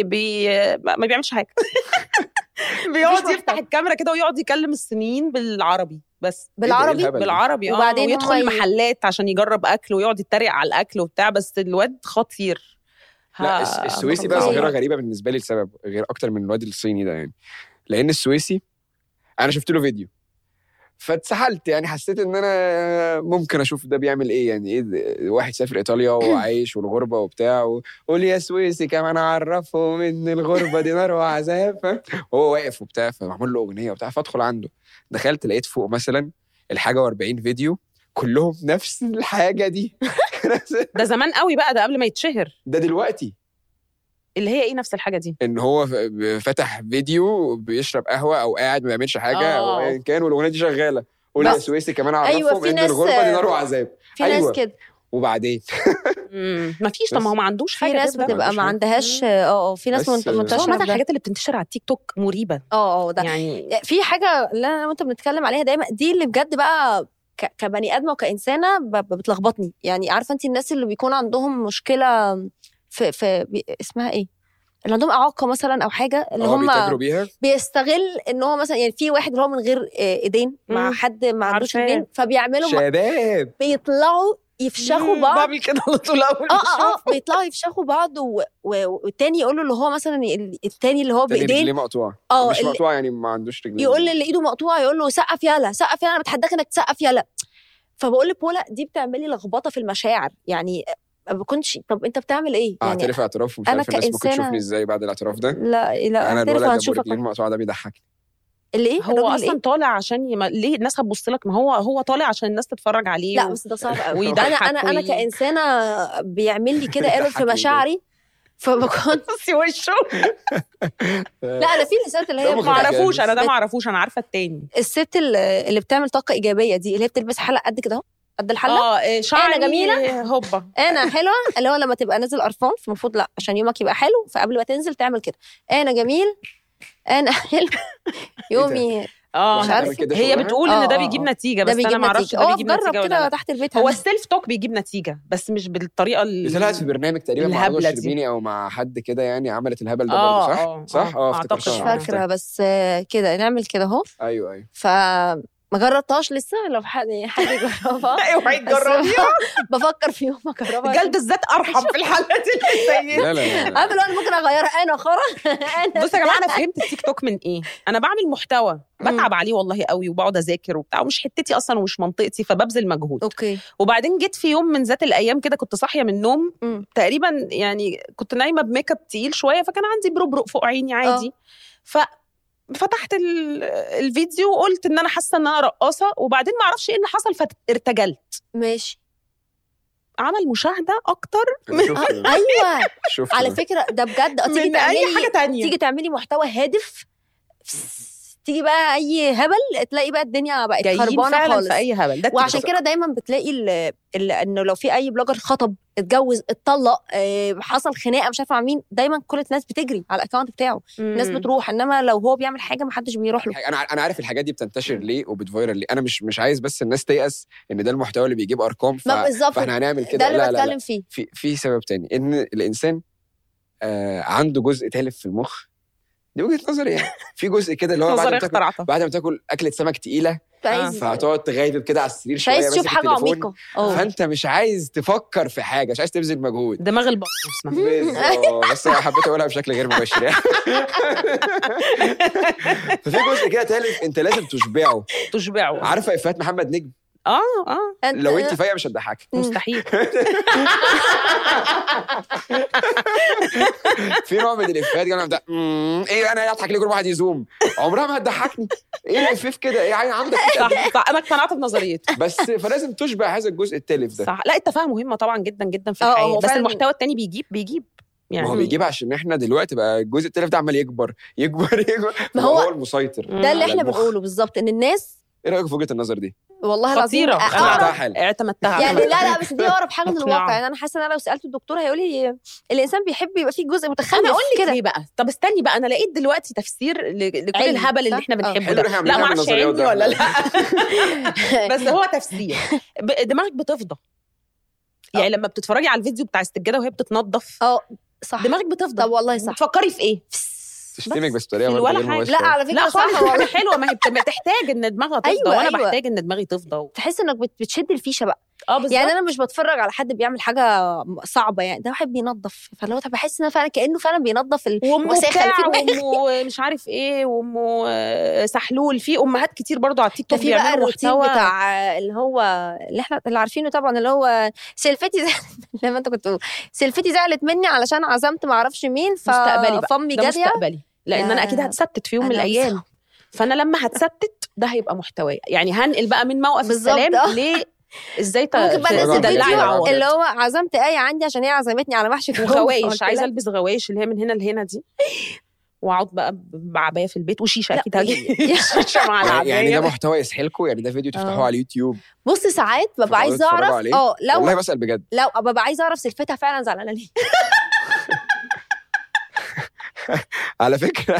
ما بيعملش حاجه. بيقعد يفتح الكاميرا كده ويقعد يكلم الصينيين بالعربي بس. بالعربي الهبل ده؟ بالعربي وبعدين ويدخل هم محلات عشان يجرب اكل ويقعد يتريق على الاكل وبتاع، بس الواد خطير. لا السويسي بقى ظاهره غريبه بالنسبه لي لسبب غير اكتر من الواد الصيني ده يعني. لان السويسي انا شفت له فيديو فاتسحلت، يعني حسيت ان انا ممكن اشوف ده بيعمل ايه، يعني ايه واحد سافر ايطاليا وعايش والغربه وبتاع وقول يا سويسي كمان اعرفه من الغربه دي نار وعذاب، وهو واقف وبتاع، فمعمول له اغنيه وبتاع، فادخل عنده، دخلت لقيت فوق مثلا الحاجه و40 فيديو كلهم نفس الحاجه دي. ده زمان قوي بقى، ده قبل ما يتشهر. ده دلوقتي اللي هي ايه نفس الحاجه دي؟ ان هو فتح فيديو بيشرب قهوه او قاعد ما بيعملش حاجه او ايا كان، والاغنيه دي شغاله، قول يا سويسي كمان اعرفهم. أيوة ان الغربه دي نار وعذاب. في ناس كده. وبعدين ما فيش. طب ما هو ما عندوش حاجه. في ناس بتبقى ما عندهاش في ناس منتشره. مثلا الحاجات اللي بتنتشر على التيك توك مريبه. ده يعني في حاجه اللي انا وانت بنتكلم عليها دايما، دي اللي بجد بقى كبني ادمه وكانسانه بتلخبطني. يعني عارفه انت الناس اللي بيكون عندهم مشكله في اسمها ايه، اللي عندهم اعاقه مثلا او حاجه، اللي هم بيستغل ان هو مثلا يعني في واحد اللي هو من غير ايدين مع حد ما عندوش ايدين، فبيعملوا شباب بيطلعوا يفشخوا بعض. بعمل كده على طول اول بيطلعوا يفشخوا بعض والتاني يقول له اللي هو مثلا التاني اللي هو بايدين رجليه مقطوعه. مش مقطوعه يعني ما عندوش رجلين، يقول اللي ايده مقطوعه يقول له سقف يلا سقف يلا، انا بتحداك انك تسقف يلا. فبقول لبولا دي بتعملي لخبطه في المشاعر يعني. ما بكونش. طب انت بتعمل ايه يعني؟ اعترف اعتراف ومش عارف الناس ممكن تشوفني ازاي بعد الاعتراف ده. لا انا الولد ابو رجلين مقطوعه ده بيضحكني. اللي ايه هو اصلا إيه؟ طالع عشان ليه الناس هتبص لك؟ ما هو طالع عشان الناس تتفرج عليه. لا بس ده صعب قوي. انا كانسانه بيعمل لي كده ايرور في مشاعري، فبكونش وشه. لا انا في الست اللي هي ما اعرفوش، انا ده ما اعرفوش، انا عارفه التاني. الست اللي بتعمل طاقه ايجابيه دي، اللي هي بتلبس حلقه قد كده اهو، قد الحلقه. شعري انا جميله هوبا، انا حلوه. اللي هو لما تبقى نازل قرفان المفروض لا عشان يومك يبقى حلو، فقبل ما تنزل تعمل كده انا جميل انا حلو يومي. مش عارف هي بتقول ان ده بيجيب نتيجه، بس انا ما اعرفش ده بيجيب نتيجه ولا لا. تحت البيت هو السيلف توك بيجيب نتيجه بس مش بالطريقه اللي طلعت في برنامج تقريبا مع رضوى الشربيني او مع حد كده يعني، عملت الهبل ده برضه صح مش فاكره بس كده نعمل كده اهو. ايوه ما جربتهاش لسه. لو حد يجربها اوعي تجربيها. بفكر في يوم اجربها. جلد الذات ارحم في الحالات اللي زي لا قبل انا ممكن اغيرها. انا بصوا يا جماعه، انا فهمت التيك توك من ايه. انا بعمل محتوى بتعب عليه والله قوي، وبقعد اذاكر وبتاع، ومش حتتي اصلا ومش منطقتي، فببذل مجهود. اوكي. وبعدين جيت في يوم من ذات الايام كده، كنت صاحيه من النوم تقريبا يعني، كنت نايمه بميك اب تقيل شويه، فكان عندي بربرق فوق عيني عادي. فتحت الفيديو وقلت ان انا حاسه ان انا رقاصه، وبعدين ما اعرفش ايه اللي حصل فارتجلت. ماشي. عمل مشاهده اكتر ايوه على فكره ده بجد. تيجي تعملي اي حاجه تانية، تيجي تعملي محتوى هادف، تيجي بقى اي هبل تلاقي بقى الدنيا بقت خربانه خالص في اي هبل ده. وعشان كده دايما بتلاقي انه لو في اي بلوجر خطب، اتجوز، اتطلق، حصل خناقه مش عارفه مع مين، دايما كل الناس بتجري على الاكونت بتاعه. الناس بتروح، انما لو هو بيعمل حاجه محدش بيروح له. انا عارف الحاجات دي بتنتشر ليه وبتفايرل ليه. انا مش عايز بس الناس تيأس ان ده المحتوى اللي بيجيب ارقام فاحنا هنعمل كده. ده اللي بتكلم فيه. في سبب تاني، ان الانسان عنده جزء تالف في المخ. دي وجهة نظري يعني. في جزء كده اللي هو بعد ما تاكل اكله سمك تقيله عايز فهتقعد تغيب كده على السرير شويه، عايز تشوف حاجه عميقه. فانت مش عايز تفكر في حاجه، مش عايز تبذل مجهود. دماغ البطن اسمها. بس انا حبيت اقولها بشكل غير مباشر يعني. ففي جزء كده تالت انت لازم تشبعه. عارفه افيهات محمد نجم؟ لو انت فايقه مش هتضحكك مستحيل. في نوع من الافيهات كده بتاع ايه انا اضحك ليه كل واحد يزوم، عمرها ما هتضحكني. ايه الافيه كده؟ ايه عندك؟ صح انا اقتنعت بنظريته. بس فلازم تشبع هذا الجزء التالف ده. صح. لا التفاهم مهمه طبعا جدا جدا في الحياه، بس المحتوى التاني بيجيب يعني. هو بيجيب عشان احنا دلوقتي بقى الجزء التالف ده عمال يكبر. ما هو المسيطر ده اللي احنا بنقوله بالظبط، ان الناس. ايه رايك في وجهه النظر دي؟ والله العظيم اعتمدتها يعني. لا بس دي اقرب حاجه من الواقع يعني. انا حاسه ان انا لو سالت الدكتور هيقول لي الانسان بيحب يبقى فيه جزء متخلف. انا اقول لك ليه بقى؟ طب استني بقى، انا لقيت دلوقتي تفسير لكل الهبل اللي احنا بنحبه ده. لا ما اعرفش علمي ولا لا. بس هو تفسير. دماغك بتفضى يعني لما بتتفرجي على الفيديو بتاع السجاده وهي بتتنظف. صح، دماغك بتفضى. طب والله صح. بتفكري في ايه؟ تشتمك بس طريقه ولا حاجه. لا على فكره صح والله حلوه. ما هي بتحتاج ان دماغها تفضى. وانا بحتاج ان دماغي تفضى. تحس انك بتشد الفيشه بقى. بالظبط. يعني انا مش بتفرج على حد بيعمل حاجه صعبه يعني، ده واحد بينظف، فلو بحس ان فعلا كانه فعلا بينظف الوساخه اللي في ومش عارف ايه وامه سحلول. في امهات كتير برضو على التيك توك بيعملوا محتوى بتاع اللي هو اللي عارفينه طبعا، اللي هو سلفتي لما انت كنت سلفتي زعلت مني علشان عزمت ما اعرفش مين فامي جاريه. مستقبلي لان انا اكيد هتستت في يوم من الايام. فانا لما هتستت ده هيبقى محتواي يعني. هنقل بقى من موقف السلام ليه ازاي تدلعي العوض اللي هو عزمت ايه عندي عشان هي عزمتني على محشي وغوايش. عايزه البس غوايش اللي هي من هنا لهنا دي، واقعد بقى بعبايه في البيت وشيشه اكيد هاجي شيشه مع العبايه. يعني ده محتوى يسحلكم يعني؟ ده فيديو تفتحوه على اليوتيوب؟ بص ساعات ببقى عايزه اعرف لو والله بسال بجد، لو ببقى عايزه اعرف سلفتها فعلا زعلانه ليه. على فكره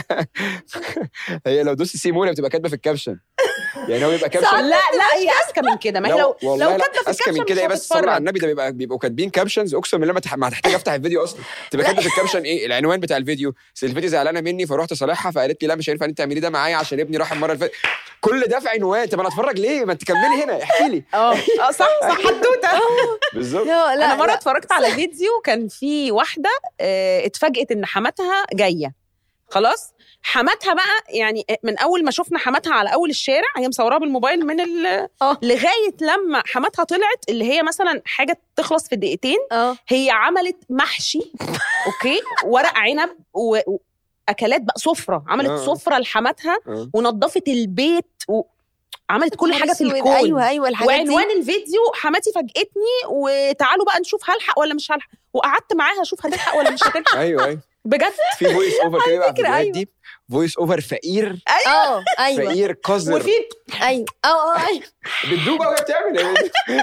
هي لو دوسي سيمونه بتبقى كاتبه في الكابشن يعني. هو بيبقى كابشن. لا هي اذكى من كده. ما هي لو كاتبه في الكابشن من كده ايه؟ بس صلوا على النبي، ده بيبقوا كاتبين كابشنز اقسم بالله ما هتحتاج افتح الفيديو اصلا. تبقى كاتبه في الكابشن ايه العنوان بتاع الفيديو، سلفتي زعلانه مني فروحت صالحها فقالت لي لا مش هينفع انت تعملي ده معايا عشان ابني راح المره اللي فاتت. كل ده في عنوان. طب انا اتفرج ليه؟ ما تكملي هنا احكي لي. صح حدوته بالظبط. انا مره اتفرجت على فيديو كان في واحده اتفاجئت ان حماتها جايه. خلاص حماتها بقى يعني من اول ما شفنا حماتها على اول الشارع هي مصوراه بالموبايل من لغايه لما حماتها طلعت اللي هي مثلا حاجه تخلص في دقيقتين. هي عملت محشي اوكي ورق عنب واكلات بقى سفره. عملت سفره لحماتها ونظفت البيت وعملت كل حاجه في الكون. ايوه وعنوان الفيديو حماتي فاجئتني وتعالوا بقى نشوف هلحق ولا مش هلحق. وقعدت معاها اشوف هتلحق ولا مش هتلحق. ايوه بجد في فويس اوفر كده بقى في الفيديوهات دي. فويس اوفر فقير. ايوه فقير قذر. وفي ايوه بتدوب وهي بتعمل.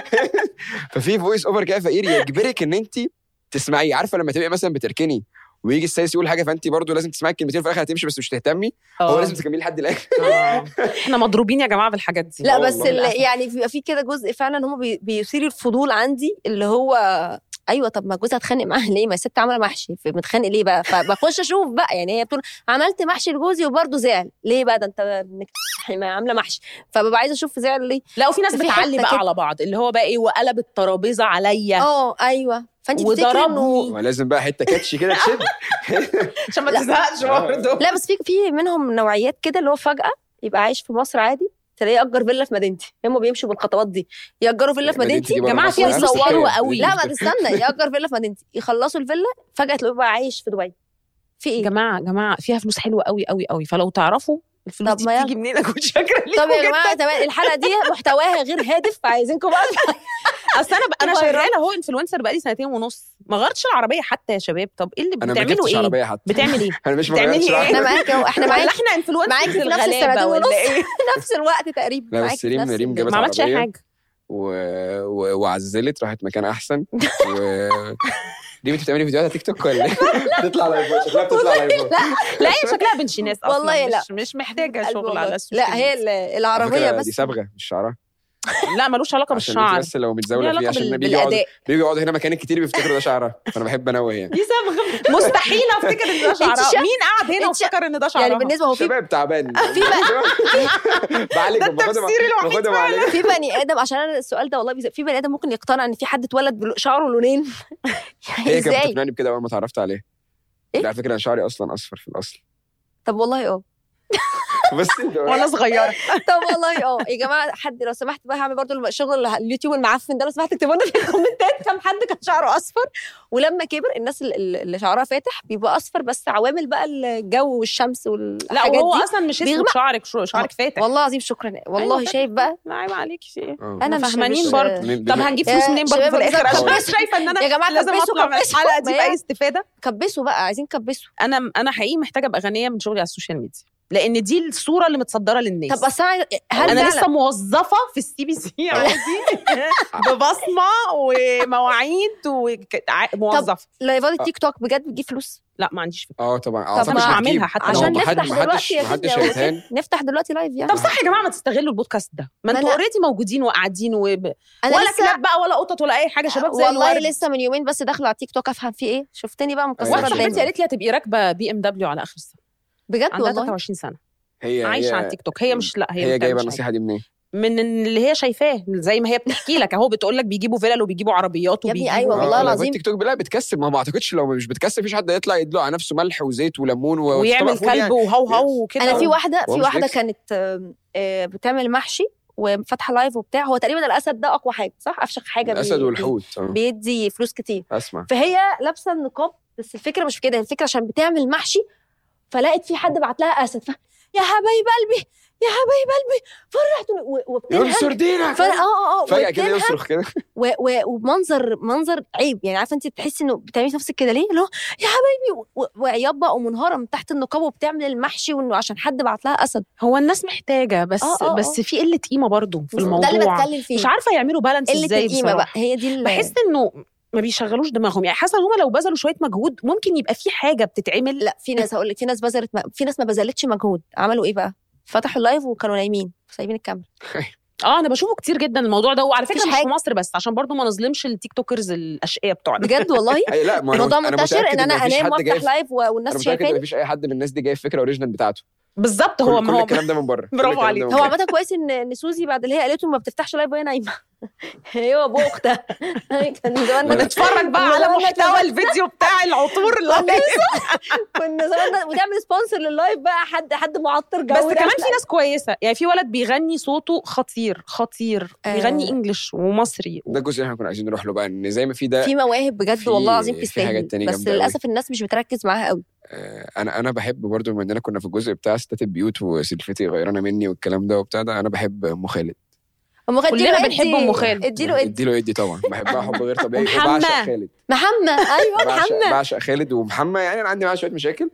ففي فويس اوفر كده فقير يجبرك ان انت تسمعيه. عارفه لما تبقي مثلا بتركني ويجي السايس يقول حاجه فانت برضو لازم تسمعي الكلمتين في الاخر هتمشي بس مش تهتمي. هو لازم تكملي لحد الاخر. احنا مضروبين يا جماعه بالحاجات دي. لا بس يعني في كده جزء فعلا هم بيثير الفضول عندي اللي هو ايوه طب ما جوزها اتخانق معاها ليه؟ ما الست عامله محشي متخانق ليه بقى؟ فبخش اشوف بقى يعني هي بتقول عملت محشي لجوزي وبرده زعل ليه بقى؟ ده انت عامله محشي. فببقى عايزه اشوف زعل ليه. لا وفي ناس بتعلي بقى على بعض اللي هو بقى ايه وقلب الترابيزه عليا. ايوه فانت تفتكري انه ولازم بقى حته كاتش كده تشد عشان ما تزهقش برضه. لا بس في منهم نوعيات كده اللي هو فجاه يبقى عايش في مصر عادي تلاقيه يأجر فيلا في مدينتي. هم بيمشوا بالخطوات دي يأجروا فيلا في مدينتي. جماعه فيها فلوس حلوه قوي. لا ما تستنى يأجر فيلا في مدينتي يخلصوا الفيلا فجاه تلاقيه بقى عايش في دبي. في ايه جماعه فيها فلوس حلوه قوي قوي قوي. فلو تعرفوا الفلوس دي بتيجي منين اكون شاكره ليكم. طب يا جماعه تمام الحلقه دي محتواها غير هادف فعايزينكم بقى. اصل انا شغاله اهو انفلونسر بقالي 2.5 سنين ما غيرتش العربيه حتى يا شباب. طب ايه اللي بتعملوا ايه؟ عربية حتى. بتعمل ايه؟ انا مش بتعملي ايه؟ احنا معاك احنا انفلونسر معاك في نفس السنتين ونص نفس الوقت تقريبا. لا بس ريم جابت ما عملتش اي حاجه وعزلت راحت مكان احسن. دي بتعملي فيديوهات على تيك توك ولا ايه؟ تطلع لايفات. شكلها بتطلع لايفات. لا هي شكلها بنت ناس اصلا. والله لا مش محتاجه شغل على السوشيال. لا هي العربيه بس دي صبغه مش شعرها. لا ملوش علاقه عشان بالشعر، بس لو متزاوله ليه فيه، علاقة عشان بالأداء. بيجوا يقعدوا هنا مكان كتير بيفتكروا ده شعرها، فانا بحب انوه يعني. دي صبغه مستحيل افتكر ان ده شعرها. مين قاعد هنا وفكر ان ده شعرها؟ يعني بالنسبه هو في شباب تعبان بعالج باخدهم في بني ادم، عشان انا السؤال ده والله في بني ادم ممكن يقتنع ان في حد اتولد شعره لونين. هي كانت ازاي؟ بتقنعني بكده اول ما اتعرفت عليه. إيه؟ على فكره انا شعري اصلا اصفر في الاصل. طب والله بس وانا صغيره. طب والله يا جماعه، حد لو سمحت بقى هعمل برضو الشغل اليوتيوب المعفن ده، لو سمحت اكتبوا لنا في الكومنتات كم حد كان شعره اصفر، ولما كبر الناس اللي شعرها فاتح بيبقى اصفر، بس عوامل بقى الجو والشمس والحاجات دي. لا وهو اصلا مش اسمه شعرك فاتح. والله العظيم شكرا والله. أيوة شايف بقى، لا عيب عليكي شيء. انا فاهمانين برضه. طب هنجيب فلوس منين برضه في الاخر؟ عشان بس شايفه ان انا يا جماعه لازم اطلع من الحلقه دي باي استفاده. كبسوا بقى، عايزين كبسوا. انا حقيقي محتاجه ابقى غنيه من شغلي على السوشيال ميديا، لان دي الصوره اللي متصدره للناس. طب بس انا لسه موظفه في CBC عادي ببصمه ومواعيد وموظفه. لايفات التيك توك بجد بتجيب فلوس؟ لا ما عنديش فكره. طبعا طب مش هعملها حتى عشان نفتح دلوقتي نفتح دلوقتي لايف يعني. طب صح يا جماعه، ما تستغلوا البودكاست ده، ما انتوا اوريدي موجودين وقاعدين ولا كلاب بقى ولا قطط ولا اي حاجه، شباب زي والله الورد. لسه من يومين بس داخله على تيك توك افهم فيه ايه، شفتني بقى مكسره واحده الدنيا. صاحبتي قالت لي هتبقي راكبه BMW على اخر السنه بجد عندها والله. 23 سنه هي عايشه على التيك توك. هي مش، لا هي جايبه النصيحه دي منين؟ من اللي هي شايفاه، زي ما هي بتحكي لك اهو، بتقول لك بيجيبوا فيلل وبيجيبوا عربيات وبيجيبوا. ايوه والله العظيم التيك توك بلا بتكسب. ما اعتقدش لو مش بتكسب فيش حد يطلع يدلق على نفسه ملح وزيت وليمون ويعمل كلب يعني. وهو وكده. انا في واحده كانت بتعمل محشي وفتحه لايف وبتاع. هو تقريبا الاسد ده اقوى حاجه صح، افشخ حاجه. الاسد والحوت بيدي فلوس كتير. اسمع، فهي لابسه النقاب، بس الفكره مش في كده، الفكره عشان بتعمل محشي، فلقيت في حد بعت لها اسد، يا حبايب قلبي يا حبايب قلبي، فرحت وبتنهج ينصر دينك فجأة كده يصرخ كده ومنظر عيب يعني. عارفه انت تحسي انه بتعملي نفسك كده ليه، اللي هو يا حبايبي، وعياط بقى ومنهاره من تحت النقاب وبتعمل المحشي، وانه عشان حد بعت لها اسد. هو الناس محتاجه بس في قله قيمه برضو في الموضوع. ده اللي بتكلم فيه، مش عارفه يعملوا بالانس ازاي القيمه بقى. هي دي بحس انه ما بيشغلوش دماغهم يعني. حاسه ان هم لو بذلوا شويه مجهود ممكن يبقى في حاجه بتتعمل. لا في ناس، هقول لك، في ناس بذلت، في ناس ما بذلتش مجهود. عملوا ايه بقى؟ فتحوا اللايف وكانوا نايمين سايبين الكاميرا. انا بشوفه كتير جدا الموضوع ده، وعلى فكره مش في مصر بس، عشان برضو ما نظلمش التيك توكرز الاشقياء بتوعنا. بجد والله لا الموضوع منتشر ان انا انام وافتح لايف والناس شايفاني. مفيش اي حد من الناس دي جايب فكره اوريجينال بتاعته بالظبط. كل الكلام ده من بره. برافو عليك. هو عامه كويس ان سوزي بعد اللي هي قالته ما بتفتحش لايف وهي نايمه. هي وابو اختها كان زمان نتفرج بقى على محتوى الفيديو بتاع العطور اللي كنا زمان وتعمل سبونسر لللايف بقى، حد معطر جو. بس كمان في ناس كويسه يعني. في ولد بيغني صوته خطير بيغني انجلش ومصري. ده الجزء اللي احنا كنا عايزين نروح له بقى، ان زي ما في ده في مواهب بجد والله العظيم تستاهل، بس للاسف الناس مش بتركز معاها قوي. انا بحب برضو، بما اننا كنا في الجزء بتاع ستات البيوت وسلفتي غيرانه مني والكلام ده وبتاع ده، انا بحب ام خالد. كلنا بنحب ام خالد. اديله طبعا بحبها حب غير طبيعي. وبعشق خالد. محمد ايوه محمد بعشق خالد ومحمد. يعني انا عندي معاه شويه مشاكل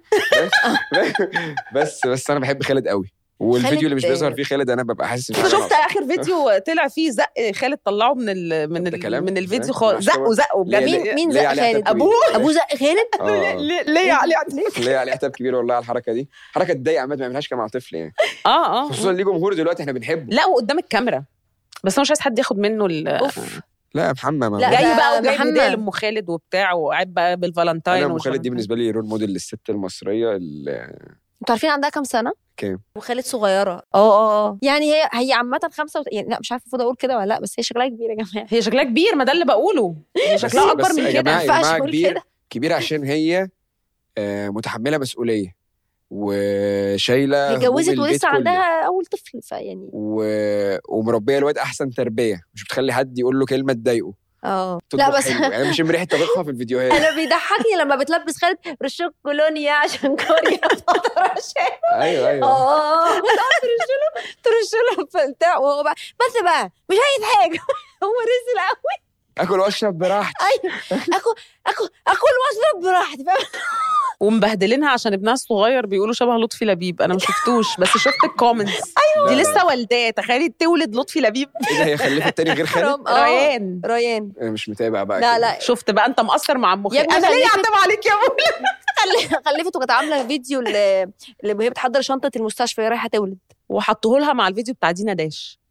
بس انا بحب خالد قوي. والفيديو اللي مش بيظهر فيه خالد انا ببقى حاسس ان شفت اخر فيديو طلع فيه زق خالد، طلعه من الفيديو خالص. زقه بجد. مين زق خالد؟ ابوه زق خالد. ليه عليه عتاب كبير والله على الحركه دي. حركه تضايق عماد، ما يعملهاش كمع طفل يعني. خصوصا ليه جمهور دلوقتي احنا بنحبه. لا وقدام الكاميرا، بس انا مش عايز حد ياخد منه لا محمد جاي بقى وجايب هديه لام خالد وبتاع، وقاعد بقى بالفالنتاين. ام خالد دي بالنسبه لي رول موديل للست المصريه. انتوا عارفين عندها كام سنه؟ كام؟ وخالد صغيره. يعني هي عامه 5 يعني لا مش عارفه المفروض اقول كده ولا لا، بس هي شكلها كبير يا جماعه. هي شكلها كبير، ما ده اللي بقوله. هي شكلها اكبر من كده. ما ينفعش كبير عشان هي متحمله مسؤوليه وشايله. اتجوزت ولسه عندها اول طفل، فيعني ومربيه الواد احسن تربيه، مش بتخلي حد يقول له كلمه تضايقه. لا بس يعني مش ريحه طبخها في الفيديوهات. انا بيضحكني لما بتلبس خالد رشوك كولونيا عشان كوريا رشاق. ايوه ترش له بتاع، وهو بقى بس بقى مش عايز حاجه. هو رزق قوي. اكل واشرب براحتي. ايوه اكل واشرب براحتي. ومبهدلينها عشان ابنها الصغير بيقولوا شبه لطفي لبيب. انا ما شفتوش بس شفت الكومنتس. دي لسه والداه، تخيلي تولد لطفي لبيب. ايه ده؟ هي خلفت تاني غير خالد؟ ريان. انا مش متابع بقى. لا شفت بقى انت مقصر مع ام خالد. انا ليه اعتب عليك يا ابويا؟ خلفت وكانت عامله فيديو اللي وهي بتحضر شنطه المستشفى رايحه تولد، وحطوه لها مع الفيديو بتاع دينا داش.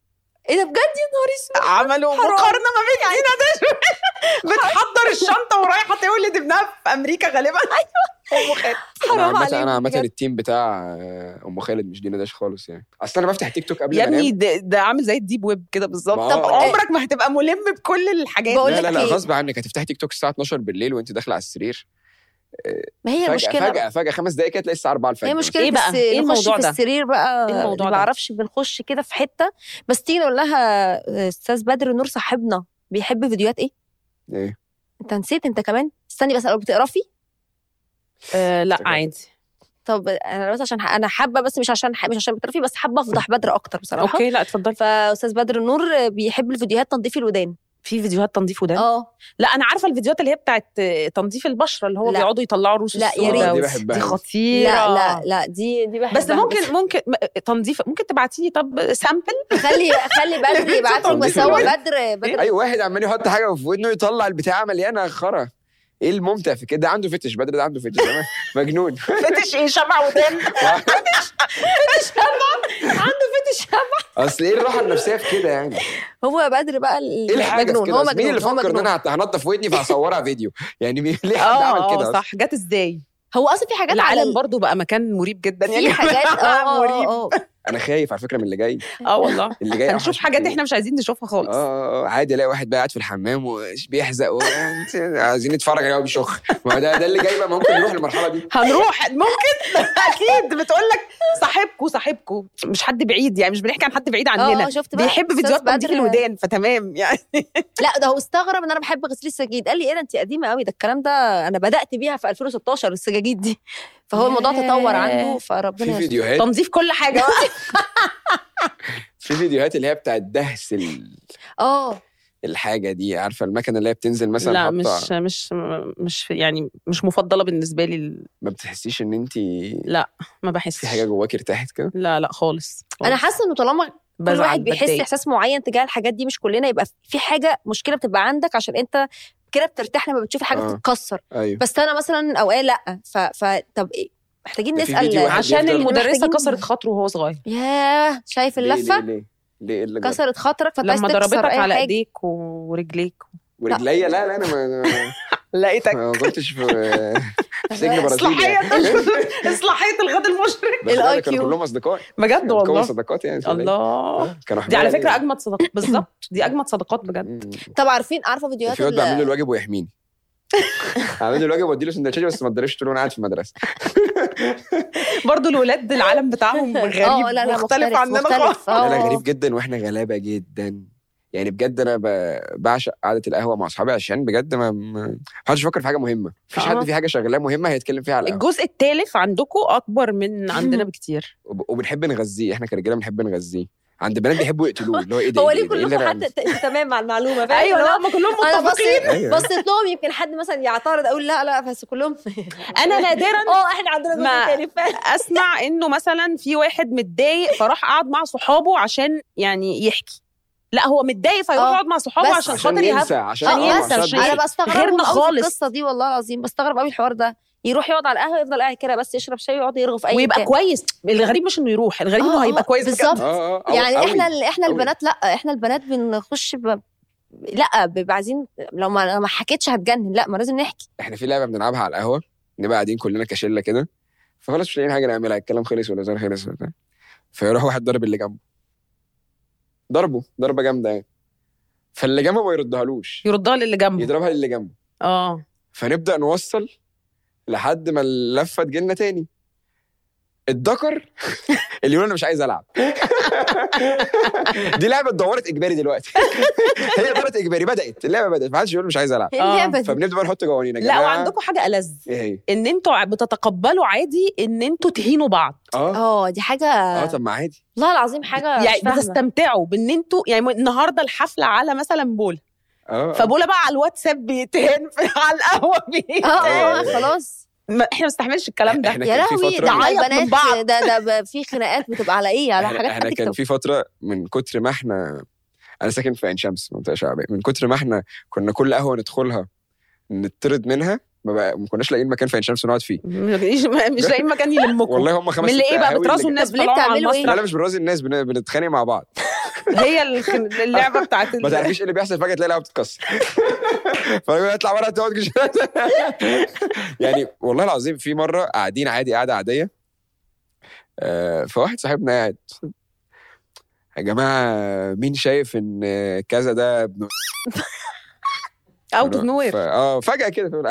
ايه ده بجد يا نهار اسود. عملوا مقارنه ما بين دينا داش بتحضر الشنطه ورايحه تولد ابنها في امريكا غالبا. ام خالد. انا عامه التيم بتاع ام خالد مش دينا داش خالص يعني. اصل انا بفتح تيك توك قبل يا ما انام. ابني ده عامل زي الديب ويب كده بالظبط. طب آه. عمرك ما هتبقى ملم بكل الحاجات. لا غصب عنك هتفتحي تيك توك الساعه 12 بالليل وانت داخله على السرير. ما هي المشكله فجأة 5 دقايق كده تلاقي الساعه 4 الفجر. هي مشكله ايه بقى؟ ايه الموضوع في ده؟ السرير بقى الموضوع ما ده؟ بعرفش بنخش كده في حته. بس تيجي نقول لها استاذ بدر نور صاحبنا بيحب فيديوهات ايه؟ انت نسيت انت كمان. استني بس لو بتقرفي. لا عادي. طب انا بس عشان انا حابه بس مش عشان بتعرفي بس حابه افضح بدر اكتر بصراحه. اوكي لا اتفضل. فاستاذ بدر النور بيحب الفيديوهات تنظيف الودان. في فيديوهات تنظيف ودان؟ لا انا عارفه الفيديوهات اللي هي بتاعت تنظيف البشره اللي هو بيقعدوا يطلعوا رؤوس السودا. لا يا ريت دي خطيره. لا دي بحبها. بس ممكن تنظيف. ممكن تبعتي لي طب سامبل. خلي بدر يبعت لي. بس هو بدر اي واحد عمال يحط حاجه في ودنه يطلع البتاع مليانه خرا. ايه الممتع في كده؟ عنده فتش بدر ده عنده فتش مجنون. فتش ايه؟ شمع ودان. فتش شمع. عنده فتش شمع. اصل ايه الراحه النفسيه في كده يعني؟ هو بدر بقى المجنون. هو مجنون. مين اللي فكر ان انا هنضف ودني فهصورها فيديو يعني؟ ليه حد عمل كده؟ صح. جت ازاي؟ هو اصلا في حاجات العالم برضو بقى مكان مريب جدا يعني. في حاجات مريب. انا خايف على فكره من اللي جاي. والله اللي جاي هنشوف حاجات احنا مش عايزين نشوفها خالص. عادي الاقي واحد بقى قاعد في الحمام وبيحزق عايزين نتفرج عليه وبيشخ. ما ده اللي جاي بقى. ممكن نروح للمرحله دي. هنروح ممكن. اكيد. بتقول لك صاحبكم مش حد بعيد يعني. مش بنحكي عن حد بعيد عننا. بيحب فيديوهات تنظيف الودان فتمام يعني. لا ده هو استغرب ان انا بحب غسيل السجاجيد. قال لي ايه ده انت قديمه قوي. ده الكلام ده انا بدات بيها في 2016 السجاجيد دي. فهو الموضوع تطور عنده فربنا. في فيديوهات تنظيف كل حاجه. في فيديوهات اللي هي بتاعت دهس الحاجه دي. عارفه المكنه اللي هي بتنزل مثلا؟ لا مش يعني مش مفضله بالنسبه لي. ما بتحسيش ان انت؟ لا ما بحسش. في حاجه جواك ارتاحت كده؟ لا خالص. انا حاسه انه طالما كل واحد بيحس احساس معين تجاه الحاجات دي مش كلنا يبقى في حاجه مشكله بتبقى عندك عشان انت كده بترتاح لما بتشوف حاجه تتكسر. أيوه. بس انا مثلا اوقات لا طب ايه محتاجين نسال عشان المدرسه كسرت خاطره وهو صغير. ياه شايف اللفه؟ ليه اللي كسرت خاطرك لما ضربتك على ايديك ورجليك ورجليا؟ لا انا ما لقيتك ما كنتش في سجن برازيلي. اصلاحيه الغد المشرق. الاي كيو كلهم اصدقاء بجد والله. صداقات يعني. الله. دي على فكره اجمد صداقات. بالظبط دي اجمد صداقات بجد. طب عارفه فيديوهات في واد بعمل له الواجب ويحميني. اعمل له الواجب وادي له سندوتشات بس ما تضربش طول وانا قاعد في المدرسه. برضو الولاد العالم بتاعهم غريب. لا مختلف عننا خالص. لا غريب جدا واحنا غلابه جدا يعني. بجد انا بعشق قعده القهوه مع اصحابي عشان بجد ما حدش يفكر في حاجه مهمه. مفيش حد في حاجه شغلاه مهمه هيتكلم فيها على الجزء الثالث عندكم اكبر من عندنا بكتير. وبنحب نغذيه. احنا كرجاله بنحب نغذيه. عند بنات بيحبوا يقتلوه. اللي هو ايه ده؟ هو ليه كلكم حد تمام مع المعلومه؟ ايوه لا هم كلهم متفقين. بصيت لهم يمكن حد مثلا يعترض اقول لا بس كلهم. انا نادرا احنا عندنا جزء تاني اسمع انه مثلا في واحد متضايق فراح قعد مع صحابه عشان يعني يحكي. لا هو متضايق فيروح يقعد مع صحابه عشان خاطر ينسى. انا بستغرب غيرنا خالص القصه دي والله العظيم. بستغرب قوي الحوار ده. يروح يقعد على القهوه يفضل قاعد كده بس يشرب شاي ويقعد يرغي في اي ويبقى كويس. الغريب مش انه يروح. الغريب انه هيبقى كويس بالظبط. يعني احنا البنات لا احنا البنات بنخش لا عايزين لو ما حكيتش هتجنن. لا ما لازم نحكي. احنا في لعبه بنلعبها على القهوه نبقى قاعدين كلنا كشله كده فخلاص مش لاقيين حاجه نعملها. الكلام خلص ولا زال خلص فيروح واحد ضرب اللي جنبه ضربه جامده يعني. فاللي جنبه ما يردهالوش. يردها للي جنبه. يضربها للي جنبه. فنبدا نوصل لحد ما اللفه تجيلنا تاني. الدكر اللي يقول انا مش عايز العب. دي لعبه اتدورت اجباري دلوقتي. هي دورت اجباري. اللعبه بدات ما حدش يقول مش عايز العب. فبنبدا بقى نحط قوانين يا جماعه. لا وعندكم حاجه ألذ. ان انتوا بتتقبلوا عادي ان انتوا تهينوا بعض. دي حاجه. طب ما عادي والله العظيم حاجه يعني بتستمتعوا بان انتوا يعني النهارده الحفله على مثلا بولا. فبولا بقى على الواتساب بيتهن على القهوه بيتهن. خلاص احنا ما نستحملش الكلام ده. يا لهوي ده على البنات. ده في خناقات بتبقى على ايه؟ على حاجات. احنا كان في فتره من كتر ما انا ساكن في عين شمس منطقه شعبيه. من كتر ما احنا كنا كل قهوه ندخلها نطرد منها ما كناش لاقيين مكان في عين شمس نقعد فيه. مش لاقيين مكان يلمكم. والله هم 5 من اللي ايه بقى بترازوا الناس بتعملوا ايه؟ لا مش بنرازي الناس بنتخانق مع بعض. هي اللعبه بتاعت ما تعرفيش ايه اللي بيحصل، فجاه تلاقي القهوه بتتكسر. فانا يطلع بره تقعد يعني والله العظيم في مره قاعدين عادي قاعده عاديه، فواحد صاحبنا قاعد، يا جماعه مين شايف ان كذا ده ابن اوت اوف نو وير. فجاه كده بيقول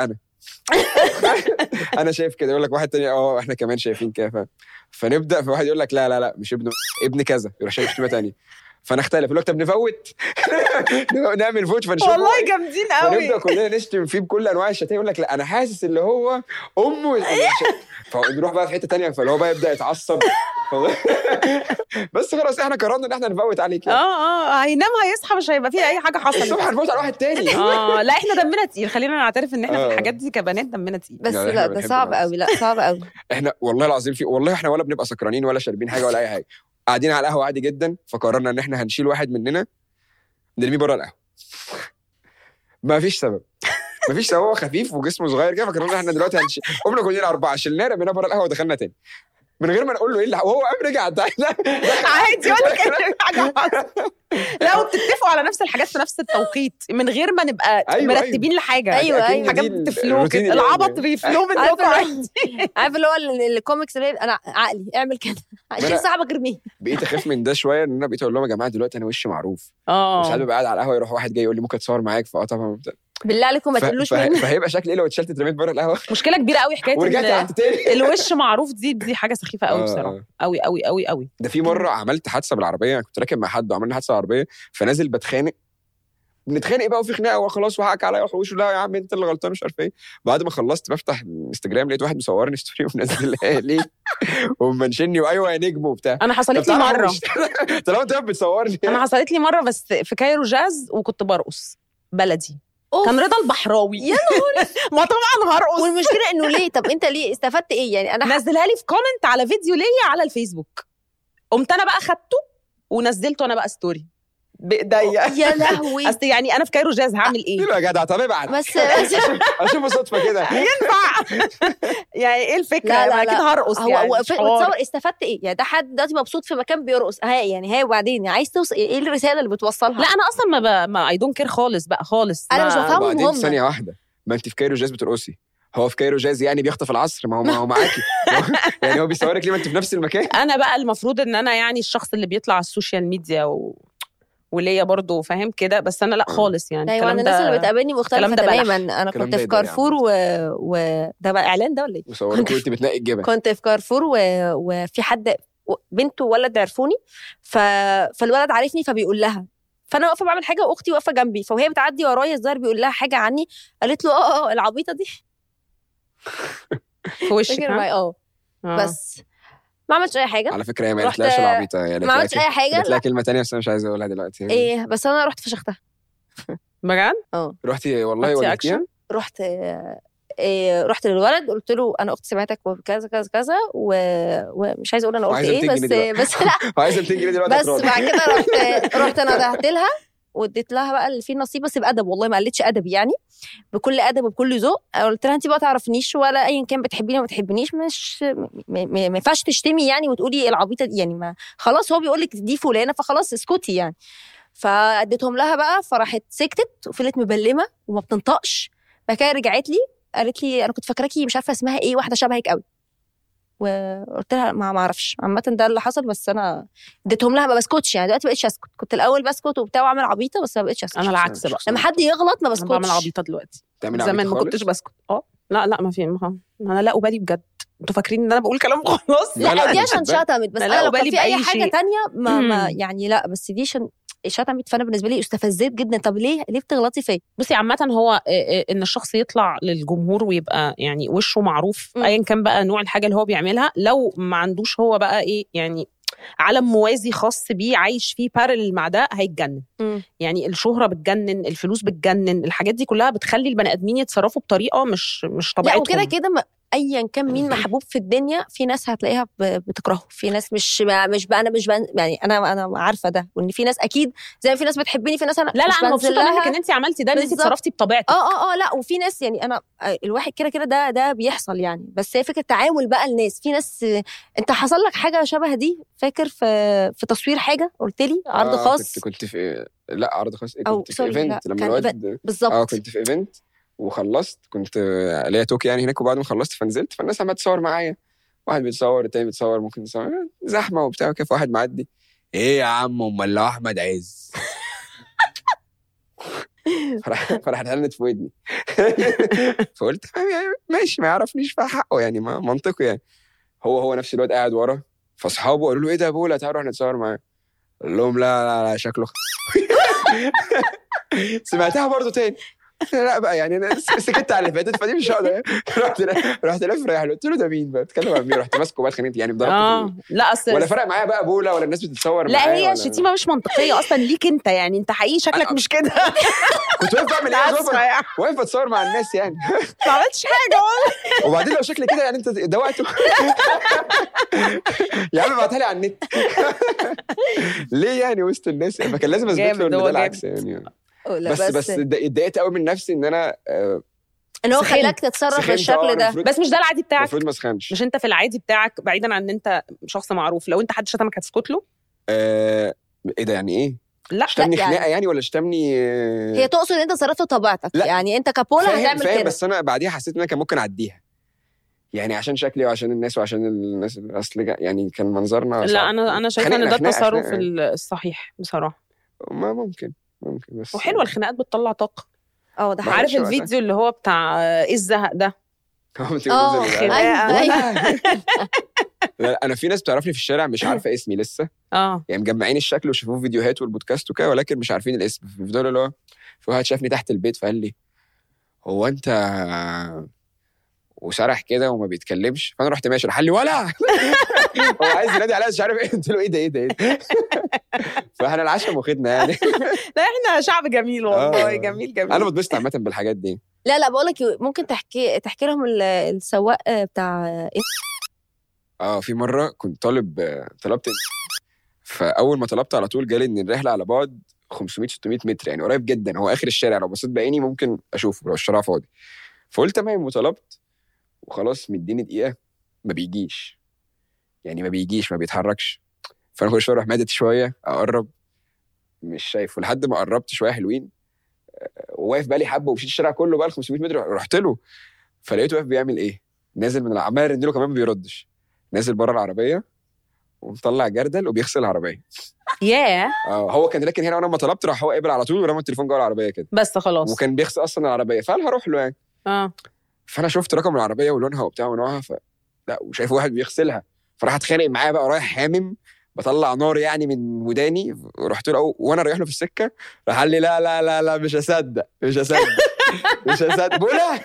انا شايف كده، يقول لك واحد تاني احنا كمان شايفين كده، فنبدا في واحد يقول لك لا مش ابن كذا، يروح شايف شتيمه تاني، فنختلف يقول لك طب نفوت نعمل فوت فنشوف. والله جامدين قوي. فنبدا كلنا نشتم فيه بكل انواع الشتايم، يقول لك لا انا حاسس اللي هو امه، فنروح بقى في حته تانية، فاللي هو بقى يبدا يتعصب. بس خلاص احنا قررنا ان احنا نفوت عليه كده. هينام هيصحى مش هيبقى فيه اي حاجه حصلت. الصبح هنفوت على واحد تاني. لا احنا دمنا تقيل، خلينا نعترف ان احنا في الحاجات دي كبنات دمنا تقيل. بس لا ده صعب قوي، لا صعب قوي. احنا والله العظيم والله احنا ولا بنبقى سكرانين ولا شاربين حاجه ولا اي حاجه، قاعدين على القهوه عادي جدا، فقررنا ان احنا هنشيل واحد مننا نرميه بره القهوه. ما فيش سبب، هو خفيف وجسمه صغير كده، فقررنا احنا دلوقتي هنشيل. قمنا كلنا 4 شلناه رميناه بره القهوه ودخلنا تاني من غير ما نقول له ايه اللي، وهو قام رجع عادي ولا كان حاجه حصلت. لا وبتتفقوا على نفس الحاجات في نفس التوقيت من غير ما نبقى مرتبين لحاجه. ايوه حاجات بتفلو كده، العبط بيفلو منكم عادي. عارف اللي هو الكوميكس اللي انا عقلي اعمل كده عشان صاحبك ارميه. بقيت اخاف من ده شويه، ان انا بقيت اقول لهم يا جماعه دلوقتي انا وشي معروف، وساعات ببقى قاعد على القهوه يروح واحد جاي يقول لي ممكن اتصور معاك، طبعا بالله عليكم ما تقولوش مني. فهيبقى شكلي ايه لو اتشلت اترميت بره القهوه؟ مشكله كبيره قوي حكايه ورجعت قعدت تاني. الوش معروف دي حاجه سخيفه قوي بصراحه، قوي قوي قوي قوي. ده في مره عملت حادثه بالعربيه، كنت راكب مع حد وعملنا حادثه بالعربيه، فنازل بنتخانق بقى وفي خناقه وخلاص، وحقك عليا وحوش، لا يا عم انت اللي غلطان مش عارف ايه. بعد ما خلصت بفتح الانستجرام لقيت واحد مصورني ستوري ومنزلها لي ومنشني وايوه يا نجم وبتاع. انا حصلت لي مره طالما انت بتصورني. انا حصلت لي مره بس في كايرو جاز وكنت برقص بلدي. كان رضا البحراوي. يا نهار ما طبعا هرقص. والمشكله انه ليه؟ طب انت ليه استفدت ايه يعني؟ انا نزلها لي في كومنت على فيديو ليا على الفيسبوك، قمت انا بقى خدته ونزلته انا بقى ستوري بايديا. يا لهوي. اصل يعني انا في كايرو جاز هعمل ايه يا جدع؟ طب ابعت بس اشوف صدفه كده ينفع. يعني ايه الفكره؟ لا اكيد هرقص يعني. وتصور استفدت ايه يعني؟ ده حد دلوقتي مبسوط في مكان بيرقص، يعني وبعدين عايز توصل ايه الرساله اللي بتوصلها؟ لا انا اصلا ما اي دونت كير خالص بقى خالص. انا مش بفهمهم هم. ثانيه واحده، ما انت في كايرو جاز بترقصي، هو في كايرو جاز يعني بيخطف العصر، ما هو معاكي. يعني هو بيصورك ليه ما انت في نفس المكان؟ انا بقى المفروض ان انا يعني الشخص اللي بيطلع على السوشيال ميديا وليا برضو فاهم كده، بس انا لا خالص يعني. ايوه انا الناس اللي بتقابلني مختلفه تماما. انا كنت في كارفور ده بقى اعلان ده ولا ايه؟ وصورك وانت بتنقي الجبن. كنت في كارفور وفي حد بنت وولد عرفوني، فالولد عارفني فبيقول لها، فانا واقفه بعمل حاجه واختي واقفه جنبي، فوهي بتعدي ورايا الظاهر بيقول لها حاجه عني، قالت له العبيطه دي في وشك. بس ما عملتش اي حاجه على فكره. هي ما قالتلاش العبيطه يعني، ما عملتش اي حاجه. قالت لها كلمه تانية بس انا مش عايزه اقولها دلوقتي. ايه بس انا رحت فشختها بجد. رحتي والله واجهتيها؟ رحت للولد قلت له انا اختي سمعتك وكذا كذا كذا ومش عايزه اقول انا قلت ايه، بس لا عايزه 200 جنيه دلوقتي. بس بعد كده رحت ندهت لها واديت لها بقى اللي فيه النصيب، بس بادب والله ما قلتش ادب يعني، بكل ادب وبكل ذوق. قلت لها انت بقى تعرفنيش ولا ايا كان بتحبيني وما بتحبنيش، مش ما ينفعش تشتمي يعني وتقولي العبيطه دي يعني، ما خلاص هو بيقول لك دي فلانه فخلاص اسكتي يعني. فاديتهم لها بقى، فراحت سكتت وفضلت مبلمه وما بتنطقش. بعد كده رجعت لي قالت لي انا كنت فاكراكي مش عارفه اسمها ايه، واحده شبهك قوي. وقلت لها ما اعرفش عامه ده اللي حصل، بس انا اديتهم لها ما بسكتش يعني. دلوقتي بقيتش اسكت، كنت الاول بسكت وبتاع واعمل عبيطه، بس ما بقيتش اسكت. انا العكس بقى، لما حد يغلط ما بسكتش. انا بعمل عبيطه دلوقتي. زمان ما كنتش بسكت. لا ما في انا لا أبالي بجد. انتوا فاكرين ان انا بقول كلام خلاص؟ لا دي عشان شتمت، بس انا لو كان في اي حاجه تانية ما يعني لا، بس دي عشان شتمت، فانا بالنسبه لي استفزيت جدا. طب ليه بتغلطي فيا؟ بصي عامه هو ان الشخص يطلع للجمهور ويبقى يعني وشه معروف ايا كان بقى نوع الحاجه اللي هو بيعملها، لو ما عندوش هو بقى ايه يعني عالم موازي خاص بيه عايش فيه بارل مع ده، هيتجنن. يعني الشهرة بتجنن، الفلوس بتجنن، الحاجات دي كلها بتخلي البني ادمين يتصرفوا بطريقه مش طبيعتهم. وكده ايا كان مين محبوب في الدنيا في ناس هتلاقيها بتكرهه، في ناس مش يعني انا عارفه ده، وان في ناس اكيد زي ما في ناس بتحبني في ناس انا لا انا مبسوطه منك ان انت عملتي ده، ان انت اتصرفتي بطبيعتك. لا وفي ناس يعني انا الواحد كده ده بيحصل يعني، بس هي فكره تعامل بقى الناس. في ناس انت حصل لك حاجه شبه دي فاكر في تصوير حاجه قلت لي عرض خاص كنت في لا عرض خاص كنت في ايفنت لما الواد بالظبط كنت في ايفنت وخلصت، كنت ليا توك يعني هناك، وبعد ما خلصت فنزلت، فالناس عماله تصور معايا، واحد بيتصور التاني بيتصور، ممكن تصور زحمه وبتاع كيف، واحد معدي ايه يا عم امال لو احمد عز فرحت هلنت في ودني فقلت ماشي ما يعرفنيش فحقه يعني، ما منطقي يعني. هو نفس الواد قاعد ورا، فاصحابه قالوا له ايه ده بولا تعالوا احنا نتصور معاه، قال لهم لا شكله سمعتها برضو تاني لا بقى يعني انا سكت على اللي فاتت، فدي مش هقدر. رحت لف رايح له، قلت له ده مين بقى بتكلم عن مين، رحت ماسكه بقى اتخانقت يعني بضربته لا اصل ولا فرق معايا بقى بولا ولا الناس بتتصور لا معايا، هي شتيمه مش منطقيه اصلا ليك انت يعني، انت حقيقي شكلك مش كده. كنت واقف اعمل ايه، واقف اتصور مع الناس يعني ما عملتش حاجه والله. وبعدين لو شكلي كده يعني انت ده وقته يا عم ابعتها لي على النت ليه يعني وسط الناس، فكان لازم اثبت له ان ده العكس يعني. بس اتضايقت قوي من نفسي ان انا ان هو خلاك تتصرف بالشكل ده، بس مش ده العادي بتاعك. المفروض ما اسخنش، مش انت في العادي بتاعك بعيدا عن ان انت شخص معروف، لو انت حد شتمك هتسكت له؟ ايه ده يعني ايه؟ لا شتمني خناقه يعني ولا شتمني هي تقصد ان انت صرفت طبيعتك يعني انت كابولا هتعمل كده. بس انا بعديها حسيت ان انا كان ممكن اعديها يعني، عشان شكلي وعشان الناس وعشان الناس اصل يعني كان منظرنا لا صعب. انا شايفه ان ده التصرف الصحيح بصراحه. ما ممكن بس وحلوه الخناقات بتطلع طاقه. ده عارف الفيديو اللي هو بتاع ايه الزهق ده؟ لا انا في ناس بتعرفني في الشارع مش عارفه اسمي لسه، يعني مجمعين الشكل وشافوه فيديوهات والبودكاست وكده، ولكن مش عارفين الاسم. في الفيديو اللي هو في واحد شافني تحت البيت فقال لي هو انت، وسرح كده وما بيتكلمش، فانا رحت ماشي، راح قال لي ولا هو عايز ينادي عليا مش عارف ايه، قلت له ايه ده فاحنا العشم واخدنا يعني. لا احنا شعب جميل والله. جميل انا بتبسط عامه بالحاجات دي. لا بقول لك ممكن تحكي لهم السواق بتاع في مره كنت طلبت، فاول ما طلبت على طول جالي ان الرحله على بعد 500 600 متر يعني قريب جدا، هو اخر الشارع لو بصيت بعيني ممكن اشوفه لو الشارع فاضي. فقلت تمام وطلبت وخلاص، مديني دقيقه ما بيجيش ما بيتحركش، فانا كل شويه اروح مادت شويه اقرب مش شايفه، لحد ما قربت شويه حلوين وواقف بالي حبه ومشيت الشارع كله بقى 500 متر، رحت له فلقيته واقف بيعمل ايه، نازل من العمال يرن له كمان ما بيردش، نازل بره العربيه ومطلع جردل وبيغسل العربيه. هو كان راكن هنا وانا لما طلبت راح هو قابل على طول ورمى التليفون جوه العربيه كده بس خلاص، وكان بيغسل اصلا العربيه، فقال هروح له يعني. فانا شفت رقم العربيه ولونها وبتاع ونوعها لا وشايف واحد بيغسلها، فراح اتخانق معاه بقى رايح حامم بطلع نار يعني من وداني، ورحت له وانا رايح له في السكه راح قال لي لا مش هصدق بولا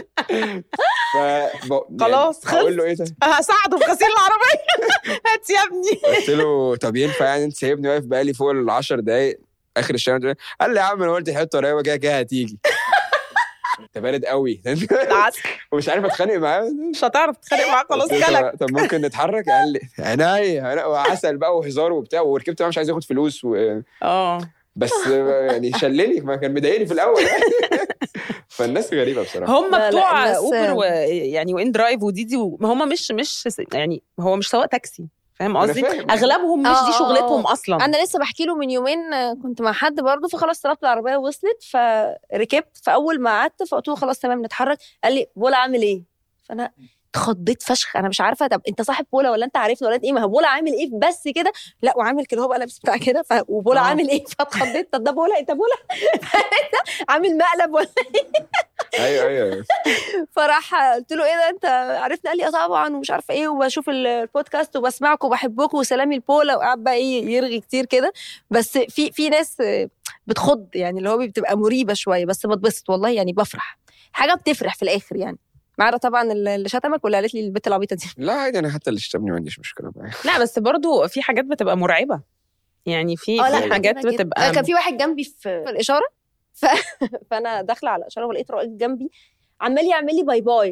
خلاص يعني اقول له ايه ده، هساعده في غسيل العربيه هات يا ابني. قلت له طب ينفع يعني انت سايبني واقف بقالي فوق ال10 دقايق اخر الشارع؟ قال لي يا عم انا قلت حته قريبه كده هتيجي. انت بارد قوي ومش عارف اتخانق معاه، مش هتعرف تتخانق معاه خلاص كلك. طب ممكن نتحرك؟ قال لي عينيا وعسل بقى وهزار وبتاع، وركبت مش عايز ياخد فلوس بس يعني شللي، ما كان مضايقني في الاول فالناس غريبه بصراحه. هم بتوع اوبر يعني وان درايف وديدي هم مش يعني هو مش سواق تاكسي، فاهم قصدي؟ اغلبهم مش دي شغلتهم اصلا. انا لسه بحكي له من يومين كنت مع حد برضه، فخلاص طلبت العربيه ووصلت فركبت، فاول ما قعدت فقلت له خلاص تمام نتحرك، قال لي بولا عامل ايه؟ فانا اتخضيت فشخ، انا مش عارفه طب انت صاحب بولا ولا انت عارفني ولا انت ايه؟ ما هو بولا عامل ايه بس كده، لا وعامل كده هو بقى لابس بتاع كده وبولا عامل ايه؟ فاتخضيت، طب ده بولا انت بولا عامل مقلب ولا ايه؟ ايوه فراح قلت له ايه ده انت عرفني؟ قال لي طبعا ومش عارفه ايه، وبشوف البودكاست وبسمعكم وبحبكم وسلامي البولا، وقعد بقى ايه يرغي كتير كده. بس في ناس بتخض يعني، اللي هو بتبقى مريبه شويه، بس بتبسط والله يعني، بفرح حاجه بتفرح في الاخر يعني. معنا طبعا اللي شتمك ولا قالت لي البت العبيطه دي؟ لا عادي، انا حتى اللي شتمني ما عنديش مشكله معاه. لا بس برضو في حاجات بتبقى مرعبه يعني، في حاجات بتبقى. كان في واحد جنبي في الاشاره فانا داخله على الاشاره ولقيت رائد جنبي عمال يعمل لي باي باي،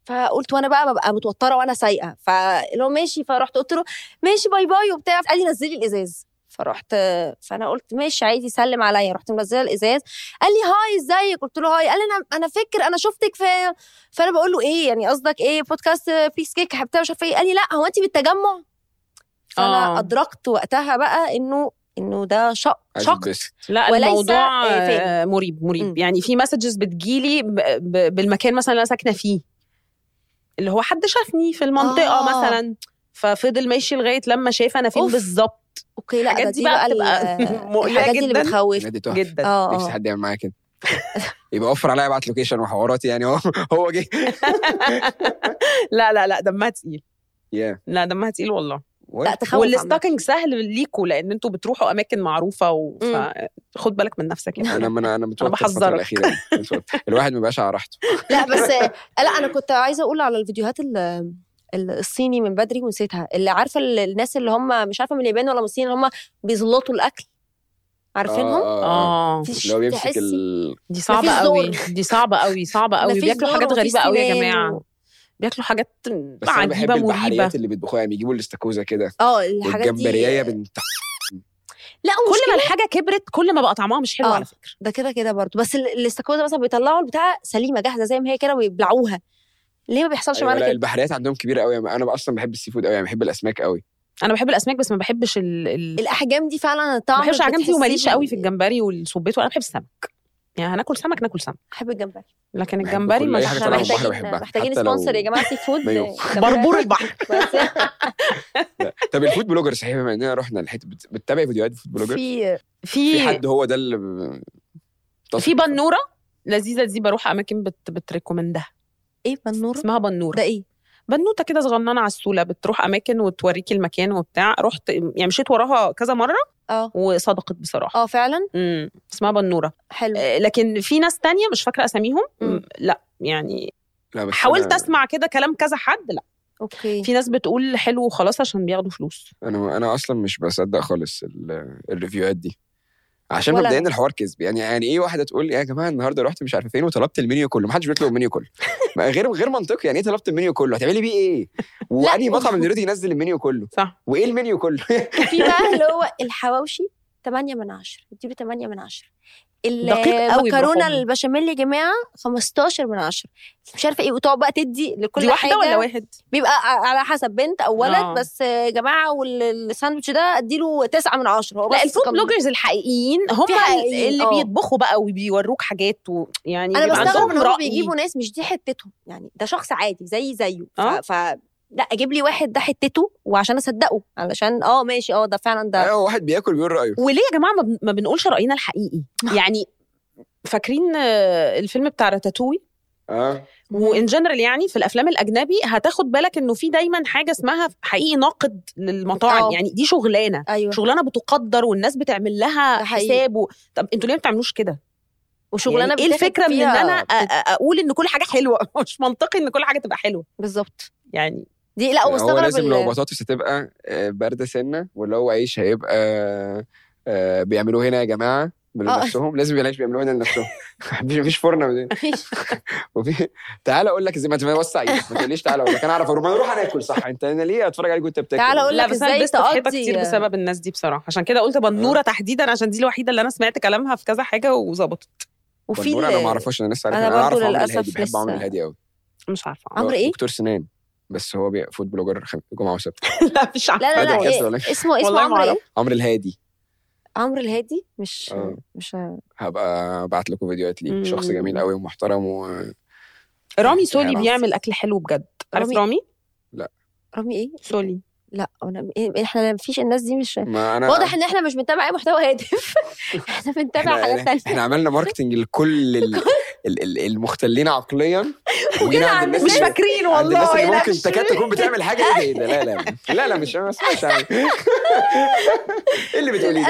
فقلت وانا بقى ببقى متوتره وانا سايقه، فلو ماشي، فرحت قلت له ماشي باي باي وبتاع، قال لي نزلي الازاز. فرحت، فانا قلت ماشي عادي سلم عليا، رحت منزله الازاز، قال لي هاي ازيك، قلت له هاي، قال لي انا فاكر انا شفتك في، فانا بقول له ايه يعني قصدك ايه، بودكاست بيس كيك حبيبتي مش عارفه ايه، قال لي لا هو انت بالتجمع. فانا ادركت وقتها بقى انه ده شق. لا الموضوع مريب يعني في مسجز بتجيلي بالمكان مثلا اللي انا ساكنه فيه، اللي هو حد شافني في المنطقه مثلا، ففضل ماشي لغايه لما شاف انا فين بالظبط. اوكي لا دي بقى الحاجات اللي بتخوف جدا. نفسي حد يعمل معايا كده، يبقى وفر عليا ابعت لوكيشن وحواراتي يعني. هو جه. لا دمها تقيل. لا دمها تقيل والله. لا تخوف. والستاكينج سهل ليكوا لان انتوا بتروحوا اماكن معروفه فخد بالك من نفسك يعني. انا متوتر الفتره الاخيره الواحد ما بقاش على راحته. لا بس لا انا كنت عايزه اقول على الفيديوهات الصيني من بدري ونسيتها، اللي عارفه الناس اللي هم مش عارفه من اليابان ولا من الصين، اللي هم بيزلطوا الاكل، عارفينهم؟ لو بيمسك دي صعبه قوي، دي صعبه قوي بياكلوا حاجات غريبه قوي يا جماعه. بياكلوا حاجات عجيبه مريبه. البحريات اللي بيطبخوها يعني بيجيبوا الاستاكوزا كده، الحاجات دي والجمبريه بنت. لا كل ما الحاجه كبرت كل ما بقى طعمها مش حلو على فكره. ده كده برضو، بس الاستاكوزا مثلا بيطلعوا البتاع سليمه جاهزه زي ما هي كده ويبلعوها. ليه ما بيحصلش معانا كده؟ البحريات عندهم كبيره قوي. انا اصلا بحب السي فود قوي يعني، بحب الاسماك قوي. انا بحب الاسماك بس ما بحبش الاحجام دي فعلا. الطعم ما بحبش الاحجام دي وماليش قوي في الجمبري والسبيط، وانا بحب السمك يعني هناكل سمك ناكل سمك. بحب الجمبري لكن الجمبري مش محتاجين سبونسر يا جماعه سي فود. بربور البحر. طب الفود بلوجر صحيح، بما اننا رحنا الحته بتتابع فيديوهات فود بلوجر في حد هو ده اللي في بنوره لذيذه دي بروح اماكن بتريكومندها. ايه بنوره؟ اسمها بنوره. ده ايه؟ بنوته كده صغننه على السوله، بتروح اماكن وتوريكي المكان وبتاع. رحت يعني مشيت وراها كذا مره وصدقت بصراحه. فعلا. اسمها بنوره. حلو. لكن في ناس تانية مش فاكره اساميهم. لا يعني حاولت اسمع كده كلام كذا حد. لا اوكي. في ناس بتقول حلو وخلاص عشان بياخدوا فلوس. انا اصلا مش بصدق خالص الريفيوهات دي، عشان مبدئيا الحوار كذب يعني ايه واحده تقول يا جماعه النهارده رحت مش عارفه فين وطلبت المنيو كله. ما حدش بيطلب المنيو كله. غير منطقي. يعني ايه طلبت المنيو كله؟ هتعملي بيه ايه؟ واني مطعم اللي يريد ينزل المنيو كله؟ صح. وايه المنيو كله؟ في بقى اللي هو الحواوشي 8 من 10، اديله 8 من 10. المكرونه البشاميل يا جماعه 15 من 10. مش عارفه ايه، وتقعد بقى تدي لكل دي حاجه. واحده ولا واحد؟ بيبقى على حسب بنت او ولد. بس يا جماعه والساندوتش ده اديله 9 من 10. لا الفود بلوجرز الحقيقيين هم اللي بيطبخوا بقى وبيوروك حاجات ويعني انا بستغرب ان هم بيجيبوا ناس مش دي حتتهم يعني، ده شخص عادي زيه. لا اجيب لي واحد ده حتته وعشان اصدقه، علشان ماشي ده فعلا ده واحد بياكل بيقول رايه. وليه يا جماعه ما بنقولش راينا الحقيقي؟ يعني فاكرين الفيلم بتاع راتاتوي؟ وان جنرال يعني في الافلام الاجنبي هتاخد بالك انه في دايما حاجه اسمها حقيقي ناقد للمطاعم. يعني دي شغلانه. أيوة. شغلانه بتقدر والناس بتعمل لها حساب طب انتوا ليه ما بتعملوش كده؟ وشغلانه يعني ايه الفكره من ان انا اقول ان كل حاجه حلوه؟ مش منطقي ان كل حاجه تبقى حلوه. بالظبط يعني دي. لا هو لازم لو بطاطس هتبقى بارده سنه، ولو عيش هيبقى بيعملوه هنا يا جماعه لنفسهم. لازم العيش بيعملوه هنا لنفسهم. مفيش فرن. وفي تعالى اقول لك ازاي. ما توسع ايدك، ما تقوليش تعالى اقول لك انا اعرف اروح اناكل. صح انت انا ليه اتفرج عليك وانت بتاكل؟ تعالى اقول لك ازاي تقضي كتير بسبب الناس دي بصراحه. عشان كده قلت بنوره تحديدا، عشان دي الوحيده اللي انا سمعت كلامها في كذا حاجه وظبطت. وفي انا ما اعرفش. انا لسه عارف. انا اعرف عمرو الهادي، بحب عمرو الهادي قوي. مش عارفه عمرو ايه؟ دكتور سنان، بس هو فود بلوجر جمعه وسبت. لا مش عارفه. لا إيه؟ اسمه عمرو ايه؟ عمرو الهادي. عمرو الهادي مش هبقى ابعت لكم فيديوهات ليه. شخص جميل قوي ومحترم رامي سولي بيعمل اكل حلو بجد. عارف رامي؟ لا. رامي ايه؟ سولي. لا احنا مفيش الناس دي مش واضح ان احنا مش بنتابع اي محتوى هادف. احنا بنتابع حاجات ثانيه. احنا عملنا ماركتنج لكل المختلين عقليا وجينا مش فاكرين والله. الناس ممكن تكاد تكون بتعمل حاجه ايه ده. لا مش اسمعش عنه. ايه اللي بتقوليه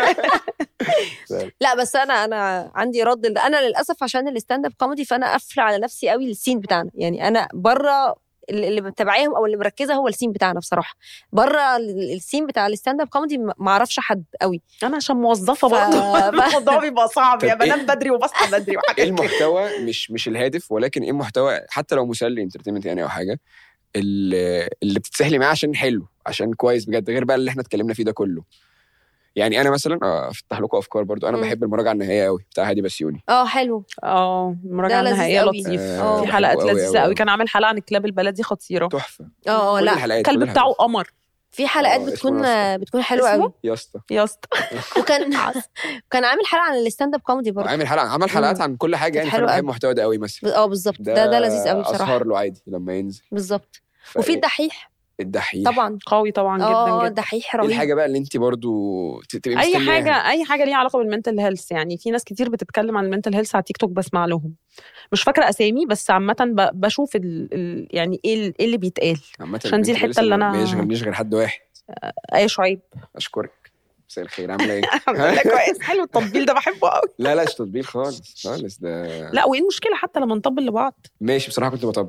ده؟ لا بس انا عندي رد. انا للاسف عشان الستاند اب كوميدي فانا قافله على نفسي قوي السين بتاعنا. يعني انا بره اللي متابعاهم او اللي مركزه هو السين بتاعنا بصراحه. بره السين بتاع الستاند اب كوميدي ما اعرفش حد قوي. انا عشان موظفه برضه الموضوع بيبقى صعب، يا بنام بدري وبصحى بدري وحاجات ايه المحتوى مش الهادف، ولكن ايه المحتوى حتى لو مسلي انترتينمنت يعني او حاجه اللي بتتسهلي معاه عشان حلو، عشان كويس بجد، غير بقى اللي احنا اتكلمنا فيه ده كله. يعني انا مثلا افتح لكم افكار برضو، انا بحب المراجعه النهائيه قوي بتاع هادي بسيوني. حلو. المراجعه النهائيه لطيف. في حلقات لذيذه قوي. كان عامل حلقه عن الكلاب البلدي خطيره، تحفه. لا الكلب بتاعه قمر. في حلقات بتكون حلوه قوي يا اسطى وكان عامل حلقه عن الستاند اب كوميدي برضه، عمل حلقات عن كل حاجه يعني. فانا بحب المحتوى ده قوي مثلا. بالظبط ده لذيذ قوي بصراحه. اسهر له عادي لما ينزل. بالظبط. وفي الدحيح طبعا قوي طبعا جدا جدا. الدحيح رهيب. ايه الحاجه بقى اللي انت برضو تبقي مستنياها؟ اي حاجه ليها علاقه بالمنتل هيلث. يعني في ناس كتير بتتكلم عن المنتل هيلث على تيك توك، بسمع لهم، مش فاكره اسامي، بس عامه بشوف يعني ايه اللي بيتقال، عشان دي الحته اللي انا مش غير حد واحد. ايه شعيب، اشكرك. مساء الخير، عامله ايه؟ كويس، حلو التطبيل ده، بحبه قوي. لا مش تطبيل خالص ده. لا، وايه المشكله حتى لما نطبل لبعض؟ ماشي، بصراحه كنت بطبل.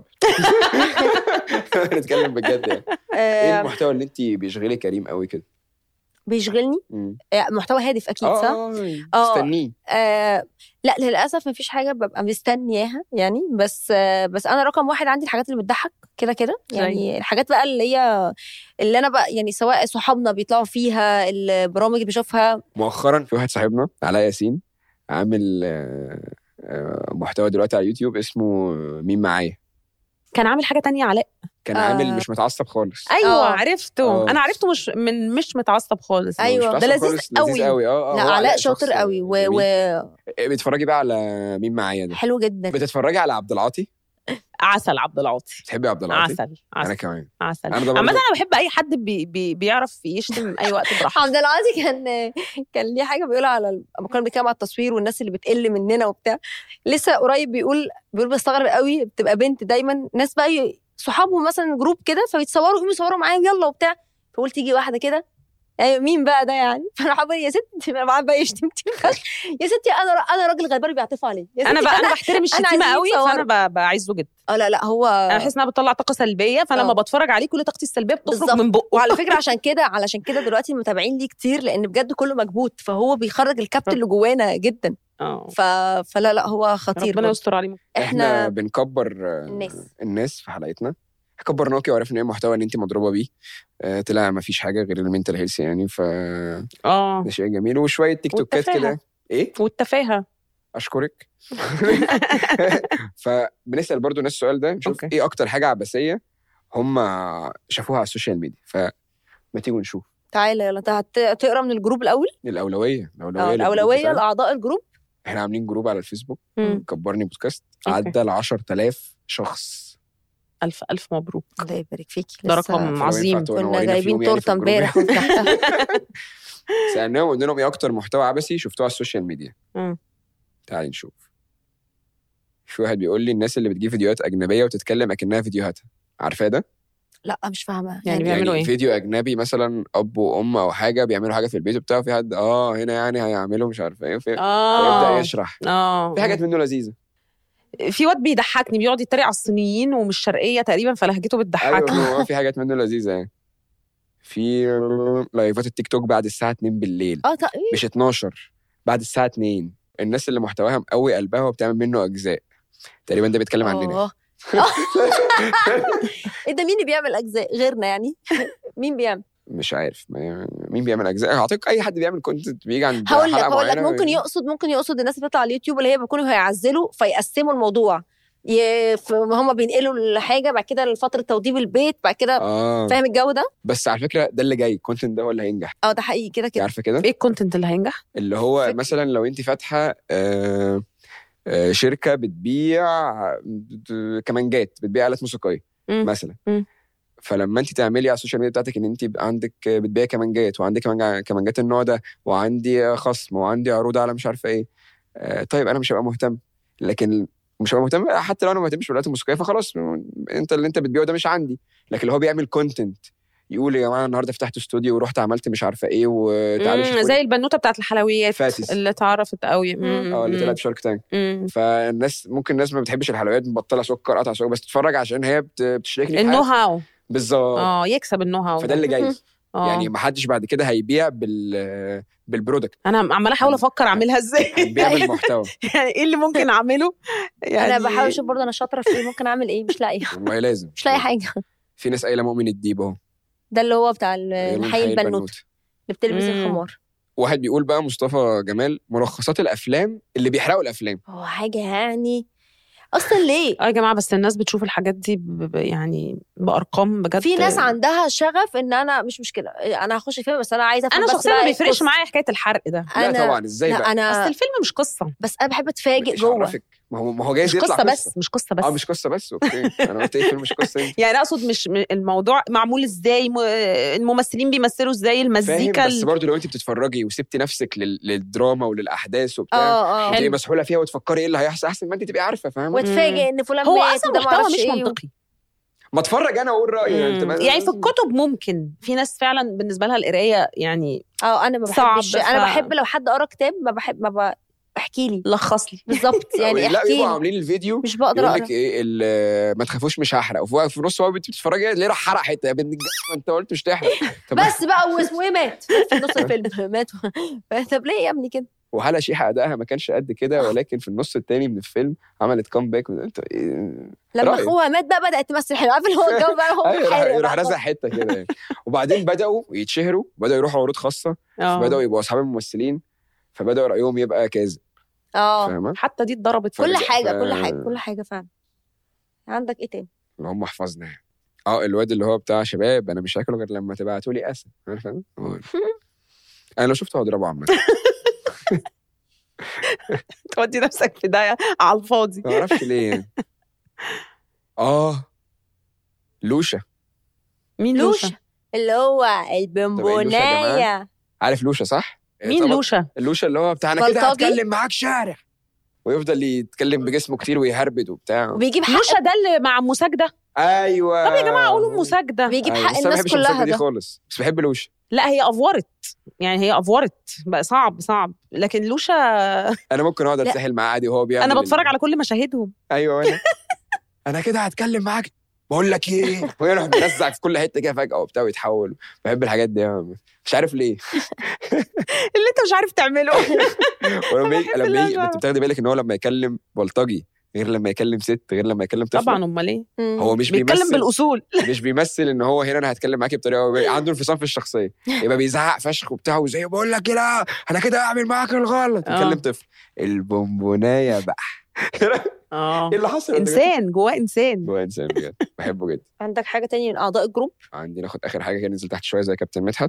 نتكلم بجد يعني. ايه المحتوى اللي انت بيشغلك كريم قوي كده؟ بيشغلني محتوى هادف اكيد. صح. مستنيه. لا للاسف مفيش حاجه ببقى مستنياها يعني. بس انا رقم واحد عندي الحاجات اللي بتضحك كده يعني. الحاجات بقى اللي انا بقى يعني سواء صحابنا بيطلعوا فيها، البرامج اللي بشوفها. مؤخرا في واحد صاحبنا علاء ياسين عامل محتوى دلوقتي على يوتيوب اسمه مين معايا. كان عامل حاجه تانية علاء، كان عامل مش متعصب خالص. ايوه عرفته. انا عرفته مش متعصب خالص. ايوه ده لذيذ قوي. لا علاء شاطر قوي بتتفرجي بقى على مين معايا ده؟ حلو جدا. بتتفرجي على عبد العاطي؟ عسل عبد العاطي. بتحبي عبد العاطي؟ عسل. انا كمان عسل. عامة انا بحب اي حد بيعرف يشتم اي وقت براحته. عبد العاطي كان ليه حاجه بيقولها لما كان بيتكلم على التصوير والناس اللي بتقل مننا وبتاع. لسه قريب بيقول بستغرب قوي، بتبقى بنت دايما ناس بقى صحابهم مثلا جروب كده، فبيتصوروا يقوموا يصوروا معايا يلا وبتاع، فقلت تيجي واحده كده ايوه مين بقى ده يعني. فانا حابه يا ستي معاه بقى يشتم كتير. يا ستي انا راجل غلبان بيعطف علي. انا بحترم الشتيمه قوي، فانا بعزه جدا. لا هو انا بحس انها بتطلع طاقه سلبيه، فلما بتفرج عليه كل طاقتي السلبيه بتخرج من بقه. وعلى فكره علشان كده دلوقتي المتابعين ليه كتير، لان بجد كله مكبوت، فهو بيخرج الكبت اللي جوانا جدا. فلا هو خطير. ربنا يستر عليه. احنا بنكبر الناس في حلقتنا. كبرناكي وعرفنا ايه محتوى ان انت مضروبه بيه. طلع ما فيش حاجه غير المنتل هيلث يعني. ده شيء جميل. وشويه تيك توكات كده. ايه والتفاهه. اشكرك. فبنسال برضو الناس السؤال ده، نشوف ايه اكتر حاجه عبثيه هم شافوها على السوشيال ميديا. فما تيجوا نشوف. تعالى يلا تقرا من الجروب الاول. الاولويه لاعضاء الجروب. احنا عاملين جروب على الفيسبوك كبرني بودكاست، عدى ل 10,000 شخص. ألف مبروك. الله يبارك فيكي. ده رقم عظيم. كنا جايبين تورته امبارح وفتحتها. سألناهم وقلنا لهم ايه اكتر محتوى عبثي شفتوه على السوشيال ميديا. تعالي نشوف. في واحد بيقول لي الناس اللي بتجيب فيديوهات اجنبيه وتتكلم اكنها فيديوهاتها. عارفاه ده؟ لا مش فاهمه. يعني بيعملوا ايه؟ فيديو اجنبي مثلا اب وام او حاجه بيعملوا حاجه في البيت بتاعه، في حد هنا يعني هيعملوا مش عارف ايه فيبدا يشرح. في حاجات منه لذيذه. في واد بيضحكني، بيقعد يتريق على الصينيين ومش شرقيه تقريبا، فلهجته بتضحكني. ايوه في حاجات منه لذيذه يعني. في لايفات التيك توك بعد الساعه 2 بالليل. مش 12، بعد الساعه 2. الناس اللي محتواها مقوي قلبها وبتعمل منه اجزاء تقريبا. ده بيتكلم عننا. ايه ده؟ مين اللي بيعمل اجزاء غيرنا يعني؟ مين بيعمل؟ مش عارف مين بيعمل اجزاء. اعتقد اي حد بيعمل كونتنت بيجي عند هقول لك ممكن يقصد الناس اللي بتطلع على اليوتيوب اللي هي بيكونوا هيعزلوا فيقسموا الموضوع. هم بينقلوا الحاجه بعد كده لفتره توضيب البيت بعد كده. فاهم الجو ده؟ بس على فكره ده اللي جاي، الكونتنت ده هو اللي هينجح. ده حقيقي كده عارفه كده. ايه الكونتنت اللي هينجح؟ اللي هو مثلا لو انت فاتحه شركه بتبيع كمانجات، بتبيع آلات موسيقيه مثلا. فلما انت تعملي على السوشيال ميديا بتاعتك ان انت يبقى عندك بتبيع كمانجات، وعندك كمانجات النوع ده، وعندي خصم، وعندي عروض على مش عارفه ايه. طيب انا مش هبقى مهتم. لكن مش هبقى مهتم حتى لو انا ما مهتمش بالآلات الموسيقيه، فخلاص انت اللي انت بتبيعه ده مش عندي. لكن اللي هو بيعمل كونتنت يقول يا جماعه النهارده فتحت استوديو ورحت عملت مش عارفه ايه وتعالوا شوفوا زي البنوته بتاعت الحلويات فاتس. اللي اتعرفت قوي. اللي طلعت شارك تانك. فالناس ممكن الناس ما بتحبش الحلويات، مبطله سكر، قطع سكر، بس تتفرج عشان هي بتشاركني في النو هاو بالظبط. يكسب النو هاو، فده اللي جاي. يعني ما حدش بعد كده هيبيع بالبرودكت. انا عماله احاول افكر اعملها ازاي، هنبيع بالمحتوى. يعني ايه اللي ممكن اعمله؟ يعني انا بحاول اشوف برضه انا شاطره في ايه، ممكن اعمل ايه، مش لاقيه والله لازم مش لاقيه حاجه. في ناس قايله مؤمن الديب اهو، ده اللي هو بتاع الحي البنوت اللي بتلبس الخمار. واحد بيقول بقى مصطفى جمال ملخصات الافلام اللي بيحرقوا الافلام. هو حاجه يعني اصلا ليه يا جماعه؟ بس الناس بتشوف الحاجات دي يعني بارقام بجد. في ناس عندها شغف ان انا مش مشكله انا هخش فيلم بس انا عايزه انا شخصيا ما بيفرقش معايا حكايه الحرق ده. لا طبعا ازاي بقى؟ اصل الفيلم مش قصه، بس انا بحب اتفاجئ جوه. ما هو جايز مش يطلع قصه بس مش قصه بس مش قصه بس. اوكي انا قلت ايه فيلم مش قصه يعني اقصد مش الموضوع معمول ازاي، الممثلين بيمثلوا ازاي، المزيكا بس برضه لو انت بتتفرجي وسبتي نفسك للدراما وللاحداث وبتاع تبقي مسحوله فيها وتفكري ايه اللي هيحصل احسن ما انت تبقي عارفه فاهمه وتفاجئ ان فلان هو مات اصلا محتوى مش منطقي. ما اتفرج انا واقول رايي. يعني في الكتب ممكن في ناس فعلا بالنسبه لها القرايه يعني انا ما بحبش. انا بحب لو حد قرا كتاب ما احكي لي، لخص لي بالظبط يعني لا احكي لي. يبقوا عاملين الفيديو مش بقدر اقرا. ايه ما تخافوش مش هحرق، وفي نص هو بتتفرجي ليه راح حرق حته يا بنت انت قلت مش تحرق. بس بقى واسمه ايه مات في نص الفيلم مات. طب ليه يا ابني كده؟ وهلا شيحة أدائها ما كانش قد كده، ولكن في النص التاني من الفيلم عملت كومباك. لما اخوها مات بقى بدأت تمثل حلو. عارف اللي هو الجو بقى هو يروح رزع حته كده يعني. وبعدين بدأوا يتشهروا، بدأوا يروحوا عروض خاصة، بدأوا يبقوا أصحاب الممثلين، فبدأوا رأيهم يبقى كاذب. حتى دي اتضربت كل حاجة فعلا. عندك ايه تاني؟ اللي هم حفظنا الواد اللي هو بتاع شباب انا مش هاكله غير لما تبعتوا لي اسد. عارفه انا لو شفته هضربه عامه. تودي نفسك في داهيه على الفاضي. ما اعرفش ليه يعني. لوشا. مين لوشا؟ اللي هو البونبونايه. عارف لوشا صح؟ مين لوشا؟ اللوشا اللي هو بتاعنا كده هتكلم معاك شارع ويفضل يتكلم بجسمه كتير ويهربد وبتاع وبيجيب حق. لوشا ده اللي مع مساجده. ايوه. طب يا جماعه قولوا مساجده. بيجيب حق الناس كلها دي خالص. بس بحب لوشا. لا هي افورت يعني، هي افورت بقى صعب لكن لوشا انا ممكن اقعد اتسحل معاه عادي وهو بيعمل. انا بتفرج على كل مشاهدهم. ايوه انا كده هتكلم معاك بقول لك ايه، ويروح مرزع في كل حته كده فجاه وبتاع ويتحول. بحب الحاجات دي مش عارف ليه. اللي انت مش عارف تعمله. لما انت بتاخدي بالك ان هو لما يكلم بلطجي غير لما يكلم ست غير لما يكلم طفل. طبعا امال ايه؟ هو مش بيتكلم بالاصول. مش بيمثل ان هو هنا انا هتكلم معاكي بطريقه عنده انفصام في الشخصيه، يبقى بيزعق فشخ وبتاع وزي بقول لك كده انا كده اعمل معاك الغلط. يتكلم طفل البونبونايه بقى. ايه اللي حصل؟ انسان جواه انسان بجد بحبه جدا. عندك حاجه تانية من اعضاء الجروب؟ عندي ناخد اخر حاجه كده ننزل تحت شويه زي كابتن مدحت.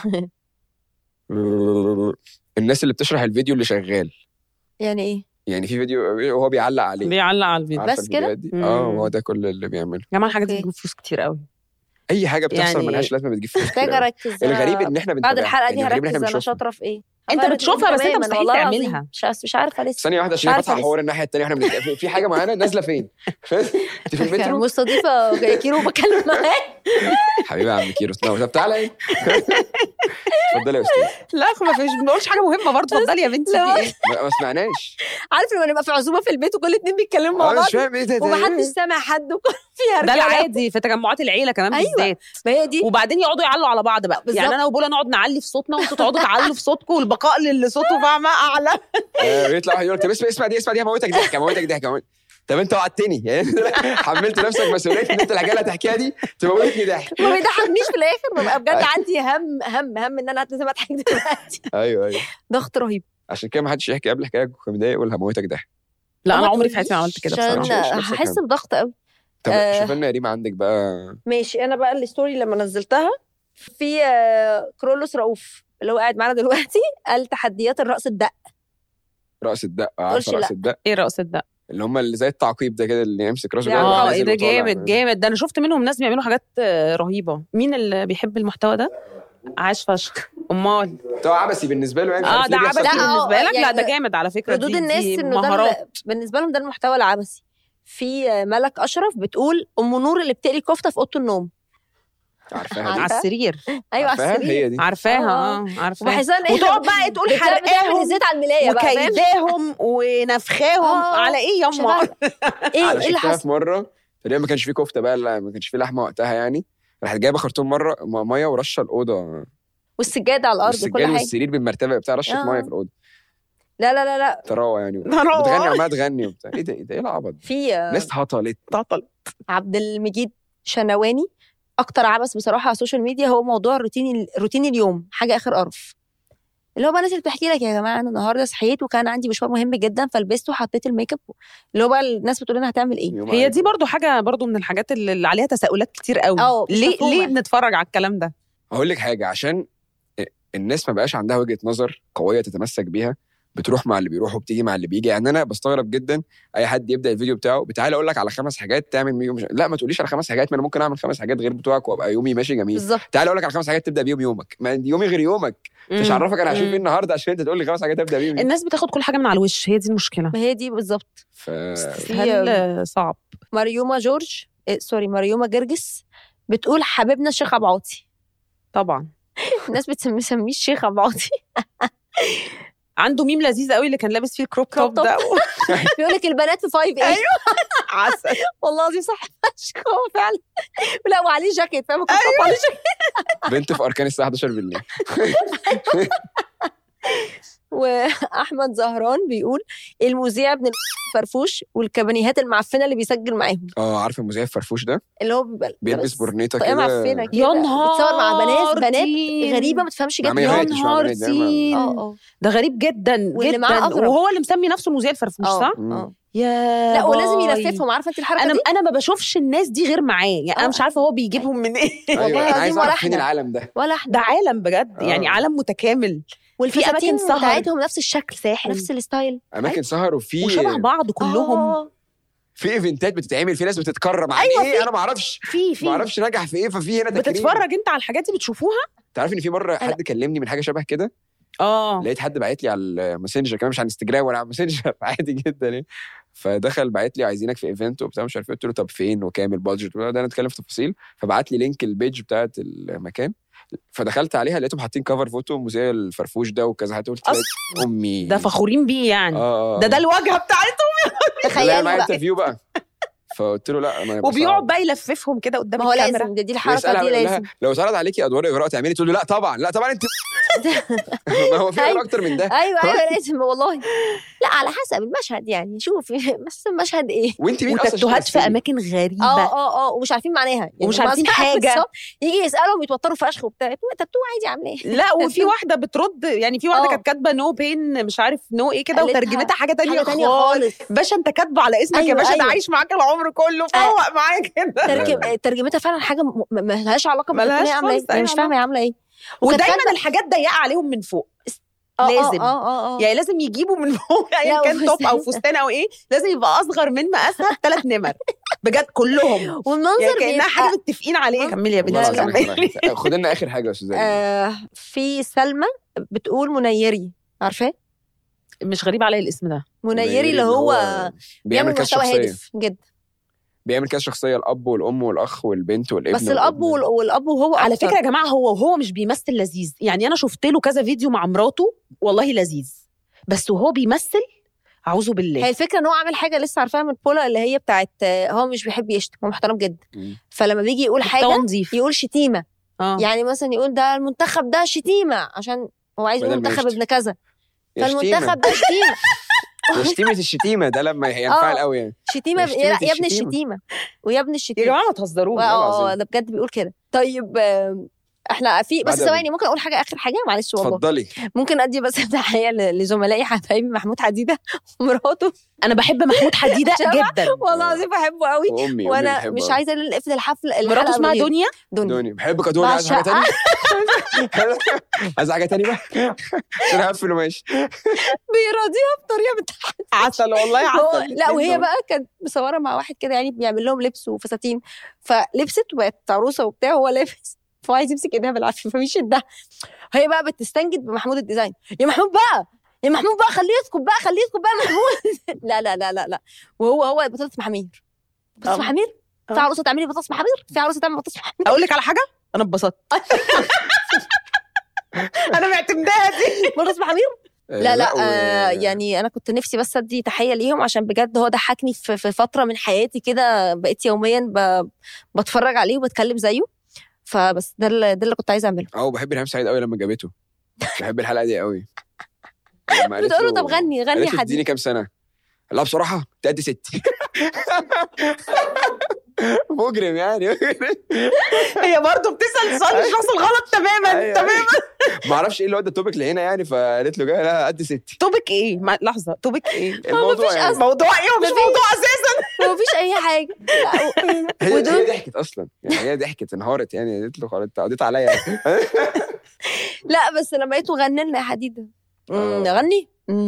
الناس اللي بتشرح الفيديو اللي شغال. يعني ايه؟ يعني في فيديو وهو بيعلق عليه. على الفيديو بس كده. هو ده كل اللي بيعمله. يا جماعه الحاجات دي بتجيب فلوس كتير قوي. اي حاجه بتحصل يعني ملهاش لازمه بتجيب فلوس كتير. محتاجه اركز. الغريب ان احنا بعد الحلقه دي هركز انا شاطره في ايه. انت بتشوفها بس انت مستحيل تعملها. مش عارفه لسه. ثانيه واحده عشان فتح حوار الناحيه الثانيه. احنا في حاجه معانا نازله فين؟ انت في المترو مستضيفه كيرو بكلم معاه. حبيبي يا عم كيرو طب تعالى اتفضلي يا استاذ. لا ما فيش بنقولش حاجه مهمه برضه. اتفضلي يا بنتي. ما سمعناش. عارف لما نبقى في عزومه في البيت وكل اتنين بيتكلموا مع بعض ومحدش سامع حد فيها. ده العادي في تجمعات العيله كمان بالذات. ما هي دي. وبعدين يقعدوا يعلوا على بعض بقى. يعني انا وبولا نقعد نعلي في صوتنا وانتوا تقعدوا تعلوا في صوتكم والبقاء للي صوته فاهمه اعلى. يطلع واحد يقول لك اسمع دي هموتك ضحك. طب انت وعدتني يعني حملت نفسك مسؤوليه ان انت الحاجه اللي هتحكيها دي تموتني ضحك. ما بيضحكنيش في الاخر. ببقى بجد عندي هم ان انا لازم اضحك دلوقتي. ايوه ضغط رهيب. عشان كده ما حدش يحكي قبل حكايه كوميديه يقول هموتك ضحك. لا انا عمري في حياتي ما عملت كده بصراحه. هحس بضغط قوي. طب شوف لنا يا ريم عندك بقى. ماشي. انا بقى الستوري لما نزلتها في كرولوس رؤوف اللي هو قاعد معانا دلوقتي قال تحديات الرقص الدق. رقص الدق. عارفه رقص الدق؟ ايه رقص الدق؟ اللي هم اللي زي التعقيب ده كده اللي يمسك راسه. ايه ده جامد. ده انا شفت منهم ناس بيعملوا حاجات رهيبه. مين اللي بيحب المحتوى ده؟ عاش فشخ. امال ده عبثي بالنسبه له يعني. ده عبثي بالنسبه لك؟ لا ده جامد على فكره. ردود الناس انه ده بالنسبه لهم ده المحتوى العبثي. في ملك اشرف بتقول ام نور اللي بتقلي كفته في اوضه النوم. عارفاها على دي؟ السرير. ايوه على عارفاها السرير هي دي. عارفاها عارفاها. وبحسها ان وتقعد بقى تقول بتعمل حرقاهم الزيت على الملايه بقى، فاهم؟ وكيداهم ونفخاهم على ايه يما؟ ايه انا اللي شفتها حصل؟ في مره تقريبا ما كانش فيه كفته بقى، لا ما كانش فيه لحمه وقتها يعني، راحت جايبه خرطوم مره ميه ورشه الاوضه والسجاده على الارض والسجاد وكل حاجه. والسرير بالمرتبه بتاع رشه ميه في الاوضه. لا لا لا لا تراوه يعني تراوة. بتغني وما تغني وبتاع. ايه ده ايه العبط؟ في ناس هطلت. عبد المجيد شنواني، اكتر عبث بصراحه على السوشيال ميديا هو موضوع روتين اليوم، حاجه اخر قرف. اللي هو بقى الناس اللي بتحكي لك يا جماعه انا النهارده صحيت وكان عندي مشوار مهم جدا فلبسته وحطيت الميك اب، اللي هو بقى الناس بتقول لنا هتعمل ايه. هي دي برضو حاجه برضو من الحاجات اللي عليها تساؤلات كتير قوي. ليه بنتفرج على الكلام ده؟ هقول لك حاجه، عشان الناس ما بقاش عندها وجهه نظر قويه تتمسك بيها، بتروح مع اللي بيروح وبتيجي مع اللي بيجي. يعني انا بستغرب جدا اي حد يبدا الفيديو بتاعه بتعالى اقول لك على 5 حاجات تعمل بيهم لا ما تقوليش على 5 حاجات، ما انا ممكن اعمل 5 حاجات غير بتوعك وابقى يومي ماشي جميل. بالظبط. تعالى اقول لك على 5 حاجات تبدا بيهم يومك، ما يومي غير يومك، مش عارفك انا هشوف ايه النهارده عشان انت تقول لي 5 حاجات ابدا بيهم. الناس بتاخد كل حاجه من على الوش، هي دي المشكله. ما هي دي بالظبط. صعب. مريومه مريومه جرجس بتقول حبيبنا الشيخ عبد العاطي. طبعا الناس بتسميه الشيخ عبد العاطي. عنده ميم لذيذ قوي اللي كان لابس فيه الكروب توب ده. بيقول لك البنات في 5 ايه. ايوه عسل والله دي صح. هو فعلا. لا وعليه جاكيت، فاهم؟ أيوة. عليه جاكيت. بنت في اركان الساعه 11 بالليل. واحمد زهران بيقول المذيع ابن فرفوش والكبانيهات المعفنه اللي بيسجل معاهم. عارفه المذيع الفرفوش ده اللي هو بيلبس برنيطه كده معفنه كده، يا نهار بيتصور مع بنات غريبه ما تفهمش جد. يا نهار سين. ده غريب جدا جدا. وهو اللي مسمي نفسه المذيع الفرفوش صح؟ يا لا ولازم يلففهم. عارفه انت الحركه دي؟ انا ما بشوفش الناس دي غير معاه يعني. انا مش عارفه هو بيجيبهم من ايه. والله انا عايز اعرف فين العالم ده. ولا احنا ده عالم بجد يعني عالم متكامل. والفساتين بتاعتهم نفس الشكل، ساحر نفس الستايل، اماكن سهر وشبه بعض كلهم. في ايفنتات بتتعمل، في ناس بتتكرم على ايه انا ما اعرفش، ما اعرفش نجح في ايه، ففي هنا تكريم. بتتفرج انت على الحاجات دي بتشوفوها. تعرف ان في مره حد كلمني من حاجه شبه كده. لقيت حد باعت لي على الماسنجر كمان، مش على انستجرام ولا على الماسنجر، عادي جدا يعني. فدخل باعت لي عايزينك في ايفنت وبتاع مش عارف ايه. قلت له طب فين وكام البادجت وده نتكلم في تفاصيل. فبعت لي لينك البيج بتاعت المكان، فدخلت عليها لقيتهم حاطين كفر فوتو مذيع الفرفوش ده وكذا. قلت امي ده فخورين بيه يعني. ده الواجهه بتاعتهم. تخيلوا معايا انترفيو بقى. فقلت له لا انا وبيقعد بقى يلففهم كده قدام الكاميرا. لازم دي الحركه دي لازم. لو اتعرض عليكي ادوار اجراء تعملي؟ تقول له لا طبعا انت ما هو في اكتر من ده. ايوه لازم والله. لا على حسب المشهد يعني. شوف بس المشهد ايه. وانت مين اصلا؟ وتاتوهات في اماكن غريبه. ومش عارفين معناها يعني، ومش عارفين حاجه. يجي يسالهم يتوتروا فشخ وبتاع. تاتو عادي عامله ايه؟ لا وفي واحده بترد يعني. في واحده كانت كاتبه نو بين مش عارف نو ايه كده وترجمتها حاجه تانية خالص. باشا انت كاتبه على اسمك يا باشا. ده عايش معاك العمر كله. فوق معايا كده. ترجمتها فعلا حاجه ما لهاش علاقه باللي هي عامله ايه. مش فاهمه هي عامله ايه. ودايما الحاجات ضيقه عليهم من فوق. لازم يعني لازم يجيبوا من فوق ايا كان توب او فستان او ايه. لازم يبقى اصغر من مقاسها 3 نمر بجد كلهم. والمنظر يعني كانها حاجه متفقين عليها. كملي يا بنتي. خد لنا اخر حاجه يا استاذ. في سلمى بتقول منيري، عارفاه؟ مش غريب عليا الاسم ده. منيري اللي هو بيعمل كذا شخصيه جدا. بيعمل كذا شخصيه، الاب والام والاخ والبنت والابن. بس الاب والاب وهو على فكره يا جماعه هو مش بيمثل لذيذ يعني. انا شفت له كذا فيديو مع مراته والله لذيذ، بس وهو بيمثل اعوذ بالله. هي الفكره ان هو عامل حاجه لسه عارفاها من بولا اللي هي بتاعت هو مش بيحب يشتم، هو محترم جدا. فلما بيجي يقول حاجه يقول شتيمه. يعني مثلا يقول ده المنتخب ده شتيمه عشان هو عايز يقول منتخب ابن كذا، فالمنتخب ده شتيمه. شتيمه الشتيمه ده لما ينفعل قوي يعني. شتيمه يا ابن الشتيمه ويا ابن الشتيمه. يا جماعه ما تهزروش. ده بجد بيقول كده. طيب احنا في بس ثواني ممكن اقول حاجه اخر حاجه معلش والله. اتفضلي. ممكن ادي بس تحيه لزملائي حبايبي محمود حديده ومراته. انا بحب محمود حديده جدا والله العظيم بحبه قوي. وانا مش عايزه نقفل الحفل. مراته اسمها دنيا. بحبك يا دنيا. عايز حاجه ثانيه؟ عايز حاجه ثانيه بقى عشان هقفل وماشي. بيراضيها بطريقه بتضحك. عسل والله عسل. لا وهي بقى كانت مصوره مع واحد كده يعني بيعمل لهم لبس وفساتين، فلبست وبقت عروسه وبتاع هو لابس، فهو عايز يمسك ايديها بالعافيه فبيشدها. هي بقى بتستنجد بمحمود الديزاين. يا محمود بقى خليه يسكت بقى محمود. لا لا لا لا لا. وهو بطاطس محامير. في عروسه تعملي بطاطس محامير، في عروسه تعمل بطاطس محامير. اقول لك على حاجه انا اتبسطت. انا معتمداها دي. مرة محامير. لا يعني انا كنت نفسي بس ادي تحيه ليهم عشان بجد هو ضحكني في فتره من حياتي كده، بقيت يوميا بتفرج عليه وبتكلم زيه، فبس ده اللي كنت عايزه اعمله. بحب ريهام سعيد قوي لما جابته، بحب الحلقه دي قوي. بتقول له طب غني يا حبيبي. اديني كام سنه؟ لا بصراحه تأدي 60. مجرم يعني. هي برضه بتسال سؤال الشخص الغلط تماما. تماما. ما اعرفش ايه اللي هو ده التوبيك اللي هنا يعني، فقالت له جاي لا قد 60. توبيك ايه؟ لحظه، توبيك ايه؟ الموضوع يعني موضوع ايه ومش موضوع اساسا. ما فيش اي حاجه. هي ضحكت اصلا يعني، هي ضحكت انهارت يعني، قالت له خلاص انت قضيت عليا. لا بس لما لقيته غنى لنا يا حديده غني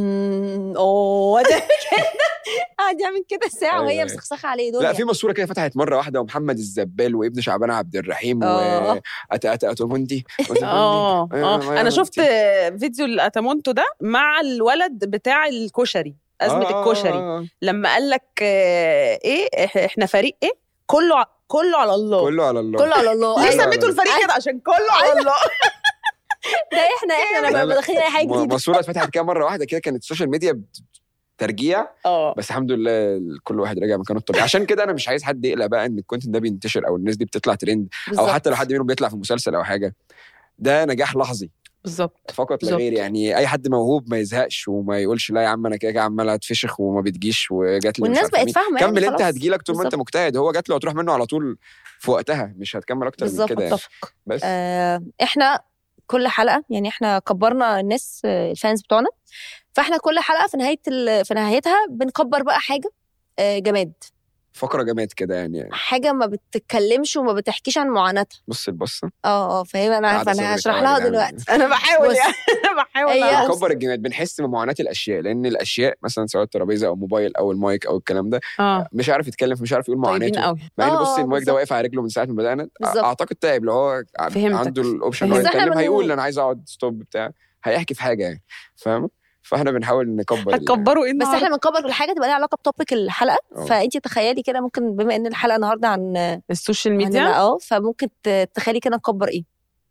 ده قاعد يعمل كده ساعه وهي مسخسخه عليه دول. لا في ماسوره كده فتحت مره واحده، ومحمد الزبال وابن شعبان عبد الرحيم واتمونتي. انا شفت فيديو الاتمونتو ده مع الولد بتاع الكشري، ازمه الكشري، لما قال لك ايه احنا فريق ايه كله على الله. كله على الله. كله على الله. ليه سميتوا الفريق كده؟ عشان كله على الله. ده احنا لما داخلين اي حاجه جديده. ماسوره اتفتحت كده مره واحده كده، كانت السوشيال ميديا ترجيع. بس الحمد لله كل واحد راجع مكانه الطبيعي. عشان كده انا مش عايز حد يقلق بقى ان الكونتنت ده بينتشر او الناس دي بتطلع ترند، او حتى لو حد منهم بيطلع في مسلسل او حاجه، ده نجاح لحظي بالظبط فقط لا غير. يعني اي حد موهوب ما يزهقش وما يقولش لا يا عم انا كده عمال اتفشخ وما بتجيش وجات لي. والناس بقت فاهمه كمل يعني، انت هتجيلك طول ما انت مجتهد. هو جات له هتروح منه على طول في وقتها، مش هتكمل اكتر من كده يعني. بس احنا كل حلقه يعني احنا كبرنا الناس الفانز بتوعنا، فاحنا كل حلقه في نهايتها بنكبر بقى حاجه جماد، فقره جماد كده يعني حاجه ما بتتكلمش وما بتحكيش عن معاناتها. بص البصه فاهم. انا عارفه انا هشرح لها دلوقتي. انا بحاول يعني نكبر الجماد، بنحس بمعاناه الاشياء، لان الاشياء مثلا سواء الترابيزه او الموبايل او المايك او الكلام ده مش عارف يتكلم، مش عارف يقول معاناته. مع ان بص المايك ده واقف على رجله من ساعه ما بدانا. اعتقد تعب، لو هو عنده الاوبشن انه يتكلم هيقول انا عايز اقعد ستوب بتاع، هيحكي في حاجه يعني، فاهم؟ فاحنا بنحاول نكبر. هتكبروا ايه؟ بس احنا بنكبر كل حاجه تبقى لها علاقه بتوبيك الحلقه. فانت تخيلي كده، ممكن بما ان الحلقه النهارده عن السوشيال ميديا فممكن تخيلي كده نكبر ايه؟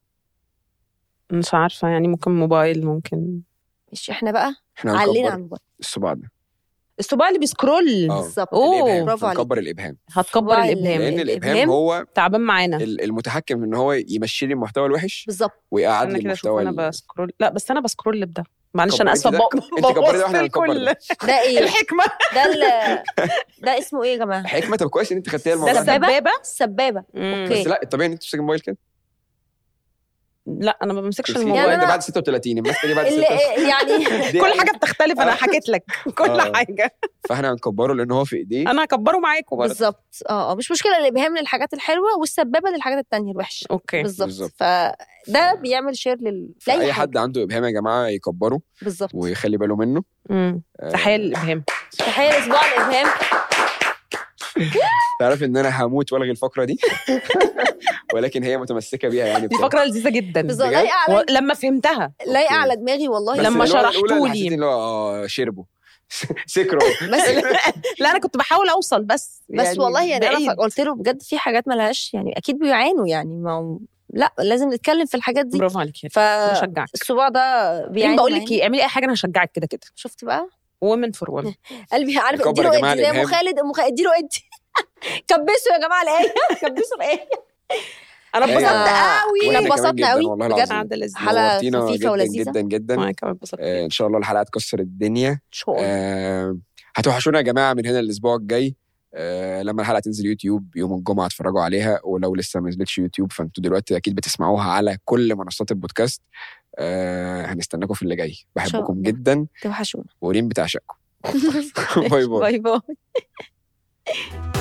مش عارفه يعني، ممكن موبايل، ممكن مش احنا بقى علينا على الموبايل. الصباع اللي بيسكرول بالظبط. برافو عليك. هتكبر الابهام. هتكبر الابهام لان الابهام هو تعبان معانا، المتحكم ان هو يمشي لي المحتوى الوحش بالظبط ويقعد لي المحتوى. انا بسكرول، لا بس انا بسكرول بده، معلش انا اسفه. انت كبري ده واحنا هنكبر ده ايه الحكمه ده اسمه ايه يا جماعه؟ حكمه. طب كويس ان انت خدتيها الموضوع ده. السبابه. اوكي. بس لا الطبيعي ان انت تمسك الموبايل كده. لا انا ما بمسكش الموبايل. يعني انت بعد 36 المسكه دي بعد 36 يعني كل حاجه بتختلف. انا حكيت لك كل حاجه. فاحنا هنكبره لان هو في ايديه. انا هكبره معاكم برضه. بالظبط. مش مشكله. الابهام للحاجات الحلوه والسبابه للحاجات التانية الوحشه. اوكي بالظبط. فده بيعمل شير اي حد عنده ابهام يا جماعه يكبره بالظبط ويخلي باله منه. تحيه للابهام، تحيه لاسبوع الابهام. تعرف ان انا هموت والغي الفقره دي. ولكن هي متمسكه بيها يعني. دي فقره لذيذه جدا لما فهمتها، لايقه على دماغي والله. لما شرحتوا لي شربوا سكروا. بس لا انا كنت بحاول اوصل بس يعني والله يعني انا قلت له بجد في حاجات ملهاش يعني، اكيد بيعانوا يعني، ما لا لازم نتكلم في الحاجات دي. برافو عليكي. بشجعك. الصباع ده بيعاني. بقول لك ايه، اعملي اي حاجه انا هشجعك كده كده. شفت بقى وومن فور وومن. قلبي عارف اديله ادي زي ام خالد اديله ادي. كبسوا يا جماعه الايه، كبسوا الايه. انا اتبسطت قوي. اتبسطنا قوي بجد. حلقه خفيفه ولذيذه جدا جدا. انا كمان اتبسطت. ان شاء الله الحلقه تكسر الدنيا ان شاء الله. هتوحشونا يا جماعه من هنا الاسبوع الجاي. لما الحلقه تنزل يوتيوب يوم الجمعه اتفرجوا عليها، ولو لسه ما نزلتش يوتيوب فانتوا دلوقتي اكيد بتسمعوها على كل منصات البودكاست. هنستناكم في اللي جاي. بحبكم جدا. توحشونا. وريم بتعشقكم. باي باي. باي باي.